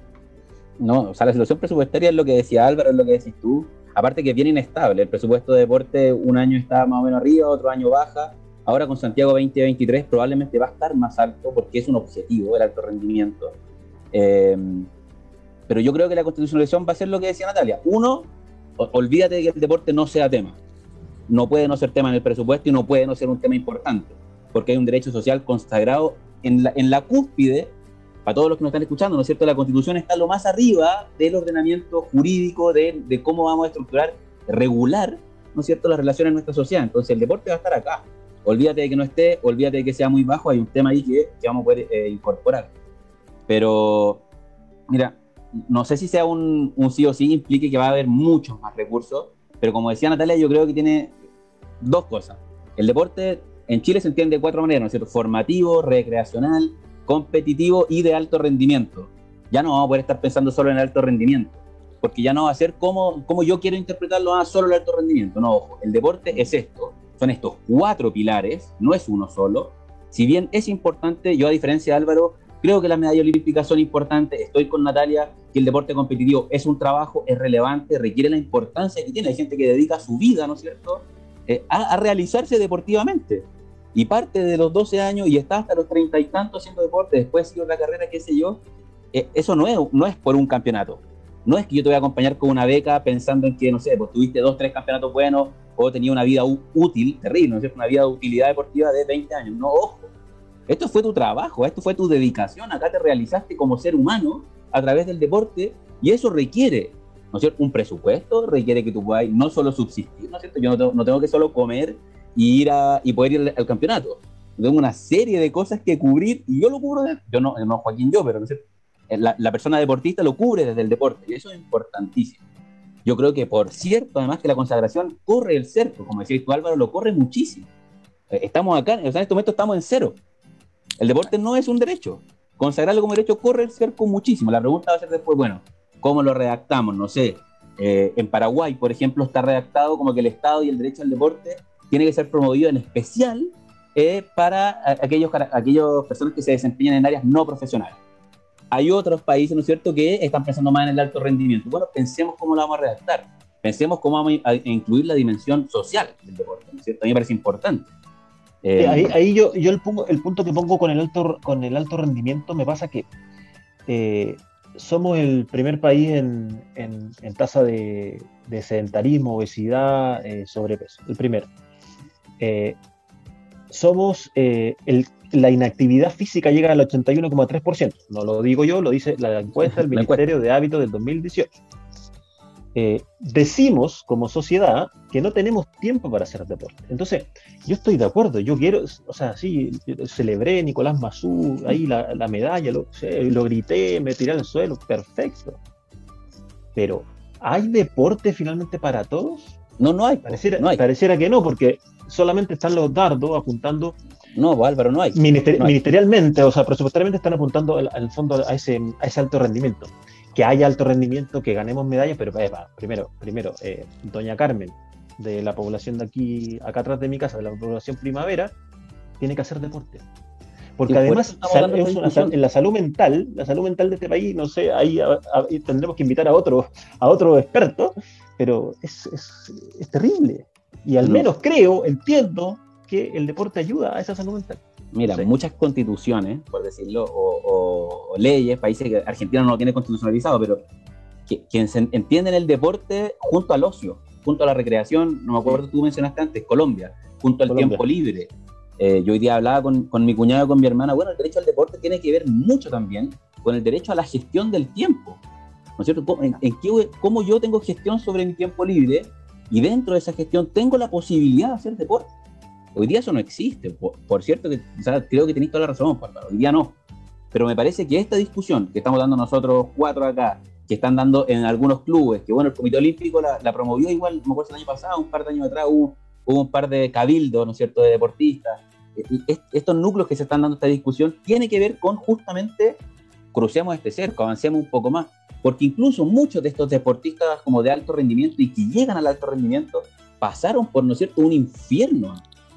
No, o sea, la situación presupuestaria es lo que decía Álvaro, es lo que decís tú. Aparte que es bien inestable, el presupuesto de deporte un año está más o menos arriba, otro año baja. Ahora con Santiago veinte veintitrés probablemente va a estar más alto porque es un objetivo, el alto rendimiento. Eh, pero yo creo que la constitucionalización va a ser lo que decía Natalia. Uno, olvídate de que el deporte no sea tema. No puede no ser tema en el presupuesto y no puede no ser un tema importante, porque hay un derecho social consagrado en la, en la cúspide. Para todos los que nos están escuchando, ¿no es cierto? La Constitución está lo más arriba del ordenamiento jurídico, de, de cómo vamos a estructurar, regular, ¿no es cierto?, las relaciones en nuestra sociedad. Entonces el deporte va a estar acá. Olvídate de que no esté, olvídate de que sea muy bajo, hay un tema ahí que, que vamos a poder eh, incorporar. Pero, mira, no sé si sea un, un sí o sí, implique que va a haber muchos más recursos, pero como decía Natalia, yo creo que tiene dos cosas. El deporte en Chile se entiende de cuatro maneras, ¿no es cierto? Formativo, recreacional, competitivo y de alto rendimiento. Ya no vamos a poder estar pensando solo en el alto rendimiento, porque ya no va a ser como, como yo quiero interpretarlo, a solo el alto rendimiento. No, ojo, el deporte es esto, son estos cuatro pilares, no es uno solo. Si bien es importante, yo a diferencia de Álvaro, creo que las medallas olímpicas son importantes, estoy con Natalia, que el deporte competitivo es un trabajo, es relevante, requiere la importancia que tiene. Hay gente que dedica su vida, ¿no es cierto?, eh, a, a realizarse deportivamente. Y parte de los doce años y está hasta los treinta y tantos haciendo deporte, después sigue otra carrera, qué sé yo, eh, eso no es, no es por un campeonato. No es que yo te voy a acompañar con una beca pensando en que, no sé, pues tuviste dos, tres campeonatos buenos o tenías una vida útil, terrible, ¿no es cierto?, una vida de utilidad deportiva de veinte años. No, ojo, esto fue tu trabajo, esto fue tu dedicación, acá te realizaste como ser humano a través del deporte y eso requiere, ¿no es cierto?, un presupuesto, requiere que tú puedas no solo subsistir, ¿no es cierto?, yo no tengo, no tengo que solo comer y ir a, y poder ir al, al campeonato. Tengo una serie de cosas que cubrir y yo lo cubro, de, yo no, no Joaquín yo, pero no sé, la, la persona deportista lo cubre desde el deporte y eso es importantísimo. Yo creo que, por cierto, además que la consagración corre el cerco, como decía tú, Álvaro, lo corre muchísimo. Estamos acá, o sea, en este momento estamos en cero. El deporte no es un derecho. Consagrarlo como derecho corre el cerco muchísimo. La pregunta va a ser después, bueno, ¿cómo lo redactamos? No sé. Eh, en Paraguay, por ejemplo, está redactado como que el Estado y el derecho al deporte tiene que ser promovido en especial eh, para aquellos, aquellas personas que se desempeñan en áreas no profesionales. Hay otros países, ¿no es cierto?, que están pensando más en el alto rendimiento. Bueno, pensemos cómo lo vamos a redactar. Pensemos cómo vamos a incluir la dimensión social del deporte, ¿no es cierto? A mí me parece importante. Eh, ahí ahí yo, yo el, pongo, el punto que pongo con el alto, con el alto rendimiento me pasa que eh, somos el primer país en, en, en tasa de, de sedentarismo, obesidad, eh, sobrepeso. El primero. Eh, somos eh, el, la inactividad física llega al ochenta y uno coma tres por ciento. No lo digo yo, lo dice la encuesta del Ministerio de Hábitos del dos mil dieciocho. Eh, decimos como sociedad que no tenemos tiempo para hacer deporte. Entonces, yo estoy de acuerdo, yo quiero, o sea, sí, celebré Nicolás Mazú, ahí la, la medalla, lo, lo grité, me tiré al suelo, perfecto. Pero, ¿hay deporte finalmente para todos? No, no hay. Pareciera, no hay. pareciera que no, porque solamente están los dardos apuntando. No, pues, Álvaro, no hay. Minister, no hay. Ministerialmente, o sea, presupuestariamente están apuntando al, al fondo a ese, a ese alto rendimiento. Que haya alto rendimiento, que ganemos medallas, pero eh, va, primero, primero eh, doña Carmen, de la población de aquí, acá atrás de mi casa, de la población Primavera, tiene que hacer deporte. Porque además, sal, es una, en la salud mental, la salud mental de este país, no sé, ahí a, a, tendremos que invitar a otro, a otro experto, pero es, es, es terrible. Y al no. menos creo, entiendo, que el deporte ayuda a esa salud mental. Mira, sí. Muchas constituciones, por decirlo, o, o, o leyes, países que Argentina no lo tiene constitucionalizado, pero que, que entienden el deporte junto al ocio, junto a la recreación. No me acuerdo, sí. Tú mencionaste antes, Colombia, junto al Colombia. Tiempo libre. Eh, yo hoy día hablaba con, con mi cuñado y con mi hermana, bueno, el derecho al deporte tiene que ver mucho también con el derecho a la gestión del tiempo, ¿no es cierto? ¿En, en qué, cómo yo tengo gestión sobre mi tiempo libre y dentro de esa gestión tengo la posibilidad de hacer deporte? Hoy día eso no existe, por, por cierto, que, o sea, creo que tenéis toda la razón, Bárbara, hoy día no. Pero me parece que esta discusión que estamos dando nosotros cuatro acá, que están dando en algunos clubes, que bueno, el Comité Olímpico la, la promovió igual, me acuerdo el año pasado, un par de años atrás, hubo, hubo un par de cabildos, ¿no es cierto?, de deportistas. Estos núcleos que se están dando esta discusión tiene que ver con justamente crucemos este cerco, avancemos un poco más, porque incluso muchos de estos deportistas como de alto rendimiento y que llegan al alto rendimiento pasaron por, ¿no es cierto?, un infierno.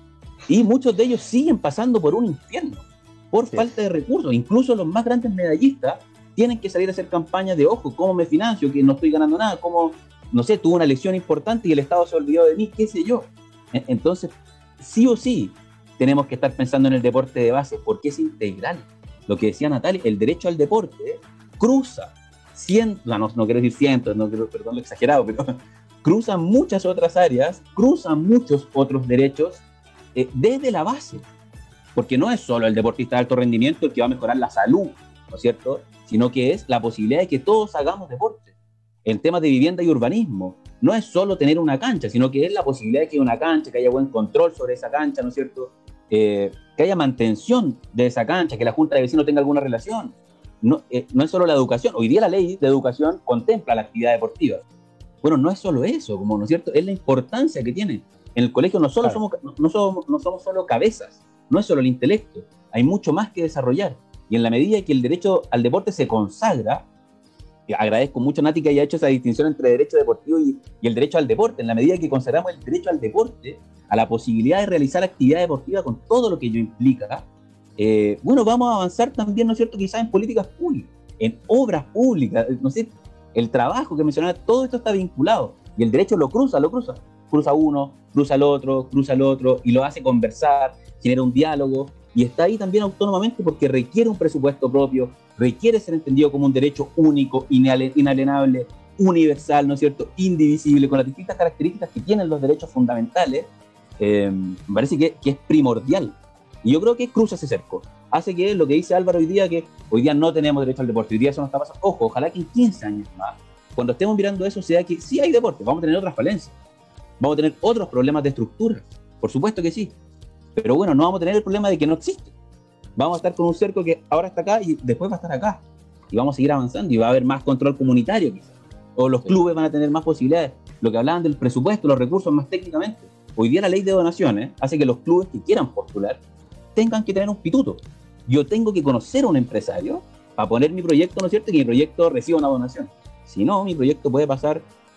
Y muchos de ellos siguen pasando por un infierno, por sí. falta de recursos. Incluso los más grandes medallistas tienen que salir a hacer campañas de, ojo, ¿cómo me financio? Que no estoy ganando nada, ¿cómo, no sé, tuve una lesión importante y el Estado se olvidó de mí, qué sé yo? Entonces, sí o sí, tenemos que estar pensando en el deporte de base, porque es integral. Lo que decía Natalia, el derecho al deporte cruza cientos, no, no quiero decir cientos, no quiero, perdón lo exagerado, pero cruza muchas otras áreas, cruza muchos otros derechos, Eh, desde la base, porque no es solo el deportista de alto rendimiento el que va a mejorar la salud, ¿no es cierto?, sino que es la posibilidad de que todos hagamos deporte. En temas de vivienda y urbanismo, no es solo tener una cancha, sino que es la posibilidad de que haya una cancha, que haya buen control sobre esa cancha, ¿no es cierto?, eh, que haya mantención de esa cancha, que la junta de vecinos tenga alguna relación. No, eh, no es solo la educación, hoy día la ley de educación contempla la actividad deportiva. Bueno, no es solo eso, como, ¿no es cierto?, es la importancia que tiene. En el colegio no, solo claro. somos, no, somos, no somos solo cabezas, no es solo el intelecto, hay mucho más que desarrollar. Y en la medida que el derecho al deporte se consagra, agradezco mucho a Nati que haya hecho esa distinción entre derecho deportivo y, y el derecho al deporte, en la medida que consagramos el derecho al deporte, a la posibilidad de realizar actividad deportiva con todo lo que ello implica, eh, bueno, vamos a avanzar también, ¿no es cierto?, quizás en políticas públicas, en obras públicas, no sé, el trabajo que mencionaba, todo esto está vinculado, y el derecho lo cruza, lo cruza. Cruza uno, cruza el otro, cruza el otro, y lo hace conversar, genera un diálogo, y está ahí también autónomamente porque requiere un presupuesto propio, requiere ser entendido como un derecho único, inalienable, universal, ¿no es cierto?, indivisible, con las distintas características que tienen los derechos fundamentales. Eh, me parece que, que es primordial. Y yo creo que cruza ese cerco. Hace que lo que dice Álvaro hoy día, que hoy día no tenemos derecho al deporte, hoy día eso no está pasando. Ojo, ojalá que en quince años más, cuando estemos mirando eso, sea que sí hay deporte, vamos a tener otras falencias. Vamos a tener otros problemas de estructura, por supuesto que sí, pero bueno, no vamos a tener el problema de que no existe. Vamos a estar con un cerco que ahora está acá y después va a estar acá, y vamos a seguir avanzando y va a haber más control comunitario quizás, o los clubes van a tener más posibilidades. Lo que hablaban del presupuesto, los recursos más técnicamente, hoy día la ley de donaciones hace que los clubes que quieran postular tengan que tener un pituto. Yo tengo que conocer a un empresario para poner mi proyecto, ¿no es cierto?, que mi proyecto reciba una donación. Si no, mi proyecto puede pasar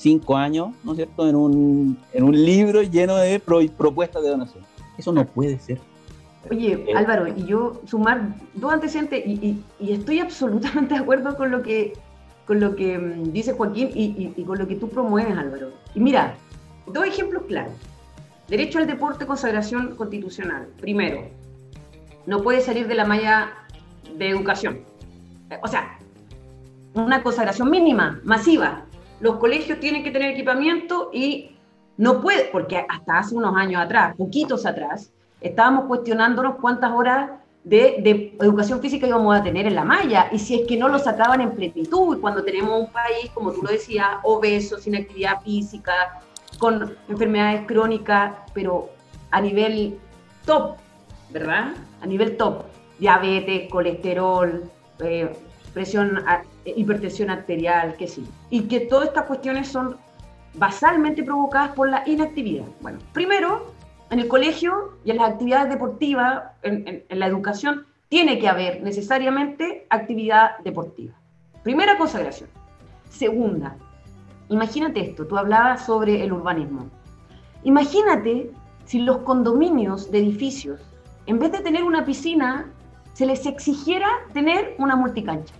cinco años, ¿no es cierto?, en un, en un libro lleno de pro, propuestas de donación. Eso no puede ser. Oye, eh, Álvaro, y yo sumar dos antecedentes, y, y, y estoy absolutamente de acuerdo con lo que, con lo que dice Joaquín y, y, y con lo que tú promueves, Álvaro. Y mira, dos ejemplos claros. Derecho al deporte, consagración constitucional. Primero, no puede salir de la malla de educación. O sea, una consagración mínima, masiva. Los colegios tienen que tener equipamiento y no puede, porque hasta hace unos años atrás, poquitos atrás, estábamos cuestionándonos cuántas horas de, de educación física íbamos a tener en la malla, y si es que no lo sacaban en plenitud, y cuando tenemos un país, como tú lo decías, obeso, sin actividad física, con enfermedades crónicas, pero a nivel top, ¿verdad? A nivel top, diabetes, colesterol, eh, presión, hipertensión arterial, que sí. Y que todas estas cuestiones son basalmente provocadas por la inactividad. Bueno, primero, en el colegio y en las actividades deportivas, en, en, en la educación, tiene que haber necesariamente actividad deportiva. Primera consagración. Segunda, imagínate esto, tú hablabas sobre el urbanismo. Imagínate si los condominios de edificios, en vez de tener una piscina, se les exigiera tener una multicancha.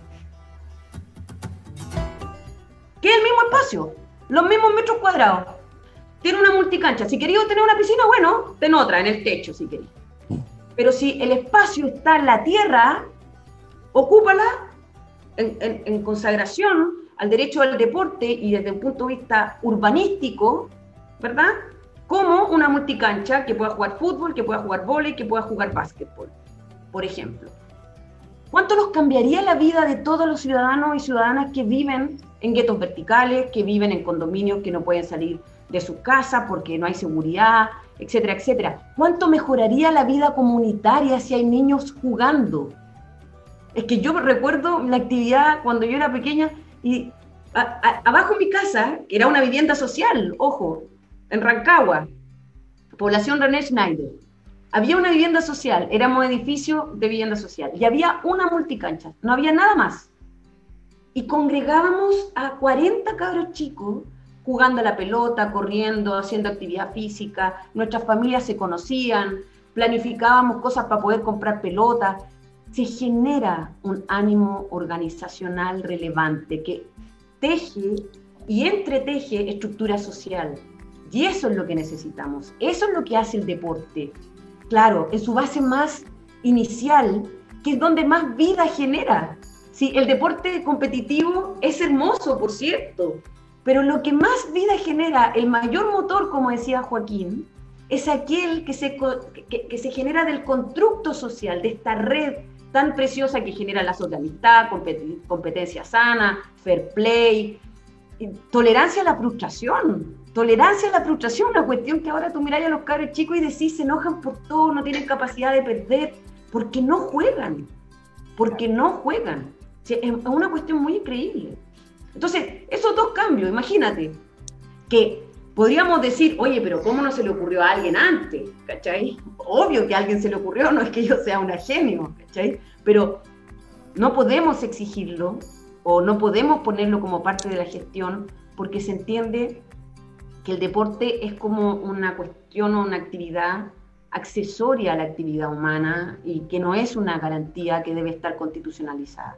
Que es el mismo espacio, los mismos metros cuadrados. Tiene una multicancha. Si querías tener una piscina, bueno, ten otra en el techo si querías. Pero si el espacio está en la tierra, ocúpala en, en, en consagración al derecho al deporte y desde un punto de vista urbanístico, ¿verdad? Como una multicancha que pueda jugar fútbol, que pueda jugar vóley, que pueda jugar básquetbol, por ejemplo. ¿Cuánto nos cambiaría la vida de todos los ciudadanos y ciudadanas que viven en guetos verticales, que viven en condominios que no pueden salir de sus casas porque no hay seguridad, etcétera, etcétera? ¿Cuánto mejoraría la vida comunitaria si hay niños jugando? Es que yo recuerdo la actividad cuando yo era pequeña y a, a, abajo en mi casa, que era una vivienda social, ojo, en Rancagua, población René Schneider, había una vivienda social, éramos edificio de vivienda social, y había una multicancha, no había nada más. Y congregábamos a cuarenta cabros chicos jugando a la pelota, corriendo, haciendo actividad física, nuestras familias se conocían, planificábamos cosas para poder comprar pelotas. Se genera un ánimo organizacional relevante que teje y entreteje estructura social. Y eso es lo que necesitamos, eso es lo que hace el deporte. Claro, en su base más inicial, que es donde más vida genera. Sí, el deporte competitivo es hermoso, por cierto, pero lo que más vida genera, el mayor motor, como decía Joaquín, es aquel que se, que, que se genera del constructo social, de esta red tan preciosa que genera lazos de amistad, competencia sana, fair play, tolerancia a la frustración. Tolerancia a la frustración, una cuestión que ahora tú miras a los cabros chicos y decís, se enojan por todo, no tienen capacidad de perder, porque no juegan, porque no juegan. O sea, es una cuestión muy increíble. Entonces, esos dos cambios, imagínate, que podríamos decir, oye, pero ¿cómo no se le ocurrió a alguien antes? ¿Cachai? Obvio que a alguien se le ocurrió, no es que yo sea una genio, ¿cachai? Pero no podemos exigirlo o no podemos ponerlo como parte de la gestión porque se entiende que el deporte es como una cuestión o una actividad accesoria a la actividad humana y que no es una garantía que debe estar constitucionalizada.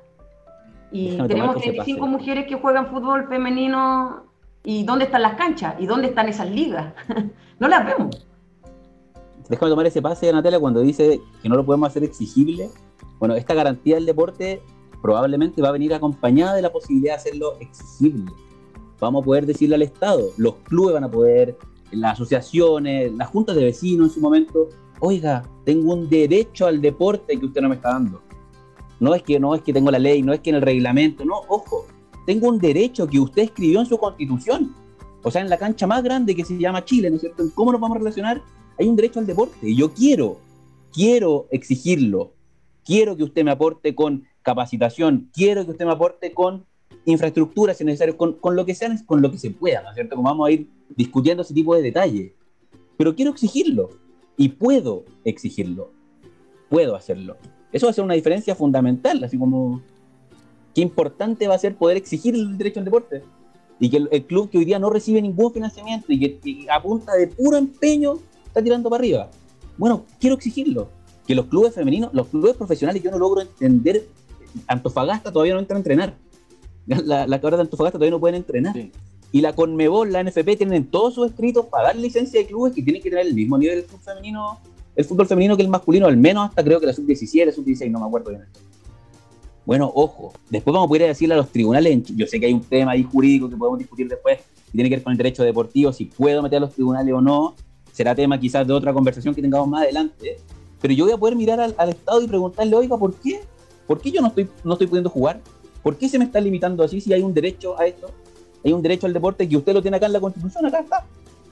Y Déjame tenemos treinta y cinco mujeres que juegan fútbol femenino. ¿Y dónde están las canchas? ¿Y dónde están esas ligas? No las vemos. Déjame tomar ese pase, Natalia, cuando dice que no lo podemos hacer exigible. Bueno, esta garantía del deporte probablemente va a venir acompañada de la posibilidad de hacerlo exigible. Vamos a poder decirle al Estado, los clubes van a poder, las asociaciones, las juntas de vecinos en su momento, oiga, tengo un derecho al deporte que usted no me está dando. No es que, no es que tengo la ley, no es que en el reglamento, no, ojo, tengo un derecho que usted escribió en su constitución. O sea, en la cancha más grande que se llama Chile, ¿no es cierto? ¿Cómo nos vamos a relacionar? Hay un derecho al deporte y yo quiero, quiero exigirlo. Quiero que usted me aporte con capacitación, quiero que usted me aporte con infraestructura, si es necesario, con, con lo que sea, con lo que se pueda, ¿no es cierto? Como vamos a ir discutiendo ese tipo de detalles. Pero quiero exigirlo y puedo exigirlo. Puedo hacerlo. Eso va a ser una diferencia fundamental, así como qué importante va a ser poder exigir el derecho al deporte. y que el, el club que hoy día no recibe ningún financiamiento y que, que a punta de puro empeño está tirando para arriba. Bueno, quiero exigirlo, que los clubes femeninos, los clubes profesionales, yo no logro entender, Antofagasta todavía no entra a entrenar, las la cabras de Antofagasta todavía no pueden entrenar, sí. Y la Conmebol, la N F P tienen todos sus escritos para dar licencia de clubes que tienen que tener el mismo nivel del fútbol femenino, el fútbol femenino que el masculino, al menos hasta creo que la sub diecisiete, sub dieciséis, no me acuerdo bien. Bueno, ojo, después vamos a poder decirle a los tribunales, yo sé que hay un tema ahí jurídico que podemos discutir después, que tiene que ver con el derecho deportivo, si puedo meter a los tribunales o no, será tema quizás de otra conversación que tengamos más adelante, pero yo voy a poder mirar al, al Estado y preguntarle, oiga, ¿por qué? ¿Por qué yo no estoy, no estoy pudiendo jugar? ¿Por qué se me está limitando así si hay un derecho a esto? Hay un derecho al deporte que usted lo tiene acá en la Constitución, acá está.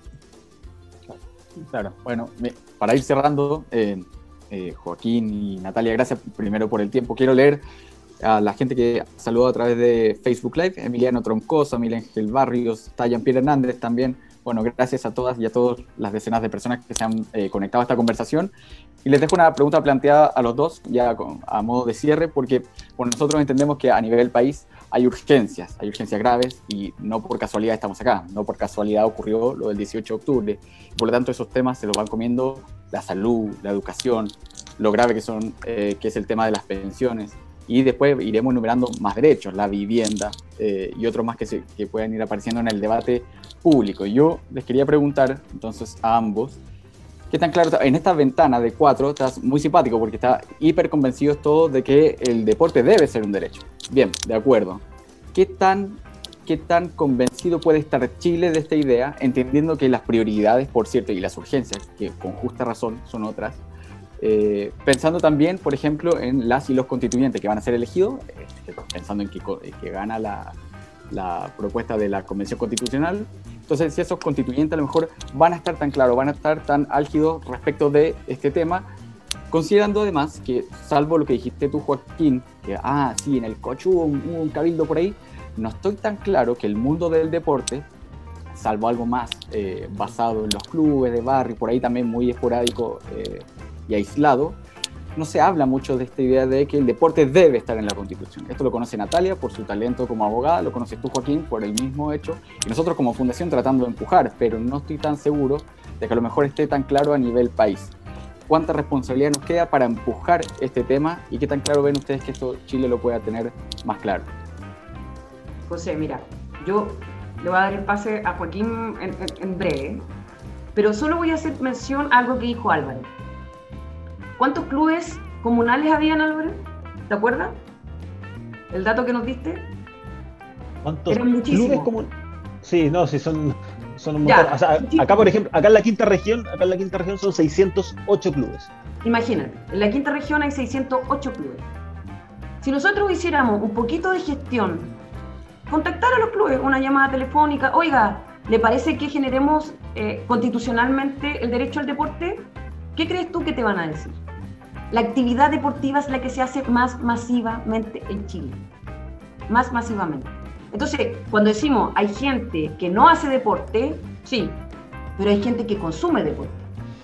Claro, bueno, para ir cerrando, eh, eh, Joaquín y Natalia, gracias primero por el tiempo. Quiero leer a la gente que saludó a través de Facebook Live, Emiliano Troncoso, Miguel Ángel Barrios, Jean-Pierre Hernández también. Bueno, gracias a todas y a todas las decenas de personas que se han eh, conectado a esta conversación. Y les dejo una pregunta planteada a los dos, ya con, a modo de cierre, porque bueno, nosotros entendemos que a nivel país hay urgencias, hay urgencias graves y no por casualidad estamos acá, no por casualidad ocurrió lo del dieciocho de octubre. Por lo tanto, esos temas se los van comiendo la salud, la educación, lo grave que, son, eh, que es el tema de las pensiones. Y después iremos enumerando más derechos, la vivienda eh, y otros más que, se, que puedan ir apareciendo en el debate público. Yo les quería preguntar entonces a ambos, ¿qué tan claro está? En esta ventana de cuatro estás muy simpático porque está hiper convencidos todos de que el deporte debe ser un derecho. Bien, de acuerdo. ¿Qué tan, qué tan convencido puede estar Chile de esta idea, entendiendo que las prioridades, por cierto, y las urgencias, que con justa razón son otras, Eh, pensando también, por ejemplo, en las y los constituyentes que van a ser elegidos, eh, pensando en que, que gana la, la propuesta de la Convención Constitucional. Entonces, si esos constituyentes a lo mejor van a estar tan claros, van a estar tan álgidos respecto de este tema, considerando además que, salvo lo que dijiste tú, Joaquín, que, ah, sí, en el Cocho hubo un, hubo un cabildo por ahí, no estoy tan claro que el mundo del deporte, salvo algo más eh, basado en los clubes de barrio, por ahí también muy esporádico, eh, y aislado, no se habla mucho de esta idea de que el deporte debe estar en la Constitución. Esto lo conoce Natalia por su talento como abogada, lo conoces tú, Joaquín, por el mismo hecho, y nosotros como fundación tratando de empujar, pero no estoy tan seguro de que a lo mejor esté tan claro a nivel país. ¿Cuánta responsabilidad nos queda para empujar este tema y qué tan claro ven ustedes que esto Chile lo pueda tener más claro? José, mira, yo le voy a dar el pase a Joaquín en, en, en breve, pero solo voy a hacer mención a algo que dijo Álvaro. ¿Cuántos clubes comunales habían, Álvaro? ¿Te acuerdas? ¿El dato que nos diste? ¿Cuántos Eran muchísimos. Clubes comunales? Sí, no, sí, son, son un montón. O sea, acá, por ejemplo, acá en la quinta región, acá en la quinta región son seiscientos ocho clubes. Imagínate, en la quinta región hay seiscientos ocho clubes. Si nosotros hiciéramos un poquito de gestión, contactar a los clubes, una llamada telefónica, oiga, ¿le parece que generemos eh, constitucionalmente el derecho al deporte? ¿Qué crees tú que te van a decir? La actividad deportiva es la que se hace más masivamente en Chile. Más masivamente. Entonces, cuando decimos hay gente que no hace deporte, sí, pero hay gente que consume deporte.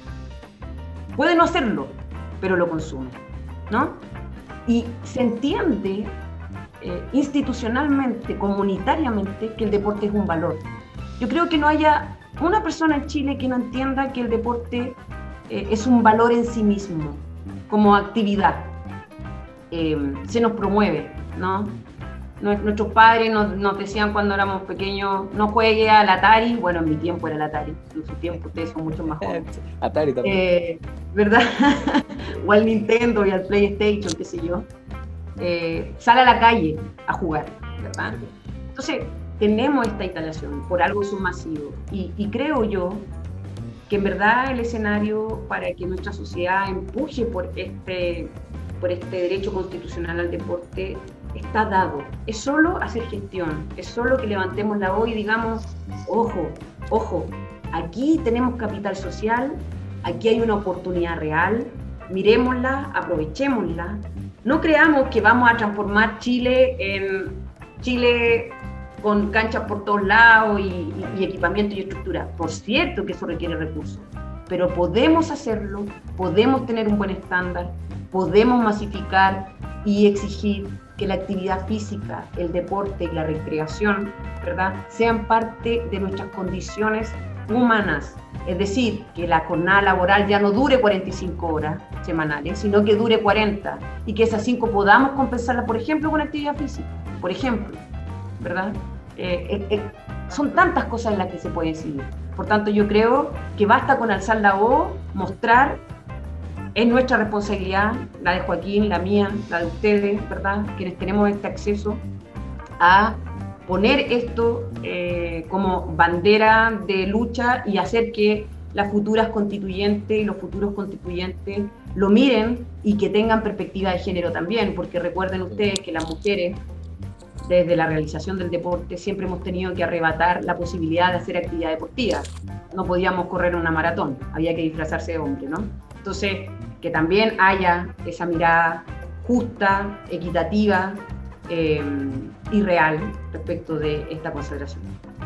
Puede no hacerlo, pero lo consume, ¿no? Y se entiende eh, institucionalmente, comunitariamente, que el deporte es un valor. Yo creo que no haya una persona en Chile que no entienda que el deporte eh, es un valor en sí mismo, como actividad. Eh, se nos promueve, ¿no? Nuestros padres nos, nos decían cuando éramos pequeños, no juegue al Atari. Bueno, en mi tiempo era el Atari, en su tiempo ustedes son mucho más jóvenes. Atari también. Eh, ¿Verdad? O al Nintendo y al PlayStation, qué sé yo. Eh, sale a la calle a jugar, ¿verdad? Entonces, tenemos esta instalación, por algo es un masivo. Y, y creo yo que en verdad el escenario para que nuestra sociedad empuje por este, por este derecho constitucional al deporte está dado. Es solo hacer gestión, es solo que levantemos la voz y digamos, ojo, ojo, aquí tenemos capital social, aquí hay una oportunidad real, miremosla, aprovechémosla. No creamos que vamos a transformar Chile en Chile con canchas por todos lados y, y, y equipamiento y estructura. Por cierto que eso requiere recursos, pero podemos hacerlo, podemos tener un buen estándar, podemos masificar, y exigir que la actividad física, el deporte y la recreación, ¿verdad?, sean parte de nuestras condiciones humanas. Es decir, que la jornada laboral ya no dure cuarenta y cinco horas semanales, sino que dure cuarenta, y que esas cinco podamos compensarlas, por ejemplo, con actividad física, por ejemplo, ¿verdad? Eh, eh, eh, son tantas cosas en las que se puede decidir. Por tanto, yo creo que basta con alzar la voz, mostrar. Es nuestra responsabilidad, la de Joaquín, la mía, la de ustedes, ¿verdad?, quienes tenemos este acceso a poner esto eh, como bandera de lucha y hacer que las futuras constituyentes y los futuros constituyentes lo miren y que tengan perspectiva de género también, porque recuerden ustedes que las mujeres, desde la realización del deporte, siempre hemos tenido que arrebatar la posibilidad de hacer actividad deportiva. No podíamos correr una maratón, había que disfrazarse de hombre, ¿no? Entonces, que también haya esa mirada justa, equitativa eh, y real respecto de esta consagración.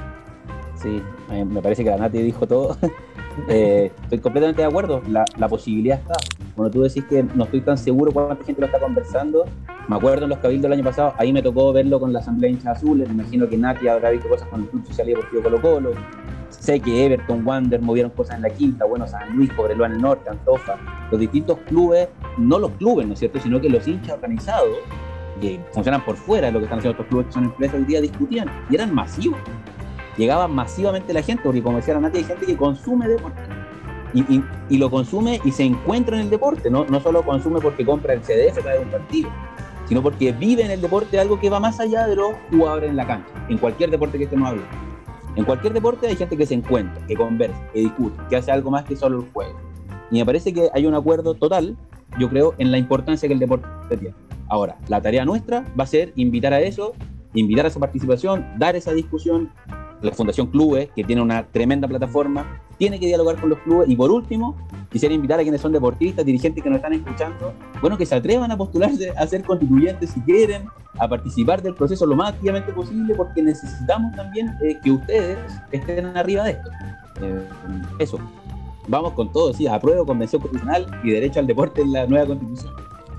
Sí, me parece que la Nati dijo todo. eh, estoy completamente de acuerdo, la, la posibilidad está. Cuando tú decís que no estoy tan seguro cuánta gente lo está conversando, me acuerdo en los cabildos del año pasado, ahí me tocó verlo con la Asamblea de Hinchas Azules, me imagino que Nati habrá visto cosas con el Club Social y Deportivo Colo Colo. Sé que Everton, Wander movieron cosas en la Quinta, bueno, San Luis, Cobreloa en el norte, Antofa, los distintos clubes, no los clubes, ¿no es cierto?, sino que los hinchas organizados, que funcionan por fuera de lo que están haciendo otros clubes que son empresas, hoy día discutían, y eran masivos. Llegaba masivamente la gente, porque como decía la Nati, hay gente que consume deporte, y, y, y lo consume y se encuentra en el deporte, no, no solo consume porque compra el C D F para ver un partido, sino porque vive en el deporte algo que va más allá de los jugadores en la cancha, en cualquier deporte que estemos hablando. En cualquier deporte hay gente que se encuentra, que conversa, que discute, que hace algo más que solo el juego. Y me parece que hay un acuerdo total, yo creo, en la importancia que el deporte tiene. Ahora, la tarea nuestra va a ser invitar a eso, invitar a esa participación, dar esa discusión. La Fundación Clubes, que tiene una tremenda plataforma, tiene que dialogar con los clubes. Y por último, quisiera invitar a quienes son deportistas, dirigentes que nos están escuchando, bueno, que se atrevan a postularse a ser constituyentes si quieren, a participar del proceso lo más activamente posible, porque necesitamos también eh, que ustedes estén arriba de esto. Eh, eso. Vamos con todo, sí, apruebo Convención Constitucional y derecho al deporte en la nueva Constitución.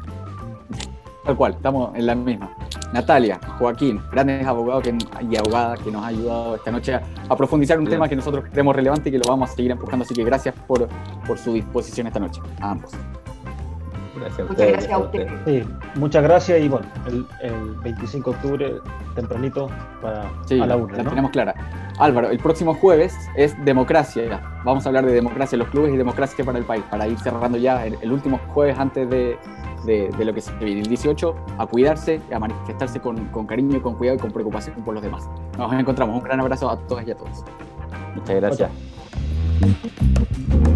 Tal cual, estamos en la misma. Natalia, Joaquín, grandes abogados que, y abogadas que nos han ayudado esta noche a, a profundizar un Bien. tema que nosotros creemos relevante y que lo vamos a seguir empujando, así que gracias por, por su disposición esta noche, a ambos. Gracias a muchas ustedes, gracias a usted. Sí, muchas gracias y bueno, el, el veinticinco de octubre, tempranito, para, sí, a la urna, la ¿no? tenemos clara. Álvaro, el próximo jueves es democracia. Vamos a hablar de democracia en los clubes y democracia para el país, para ir cerrando ya el, el último jueves antes de, de, de lo que se viene. El dieciocho, a cuidarse, a manifestarse con, con cariño, con cuidado y con preocupación por los demás. Nos encontramos. Un gran abrazo a todas y a todos. Muchas gracias. Muchas.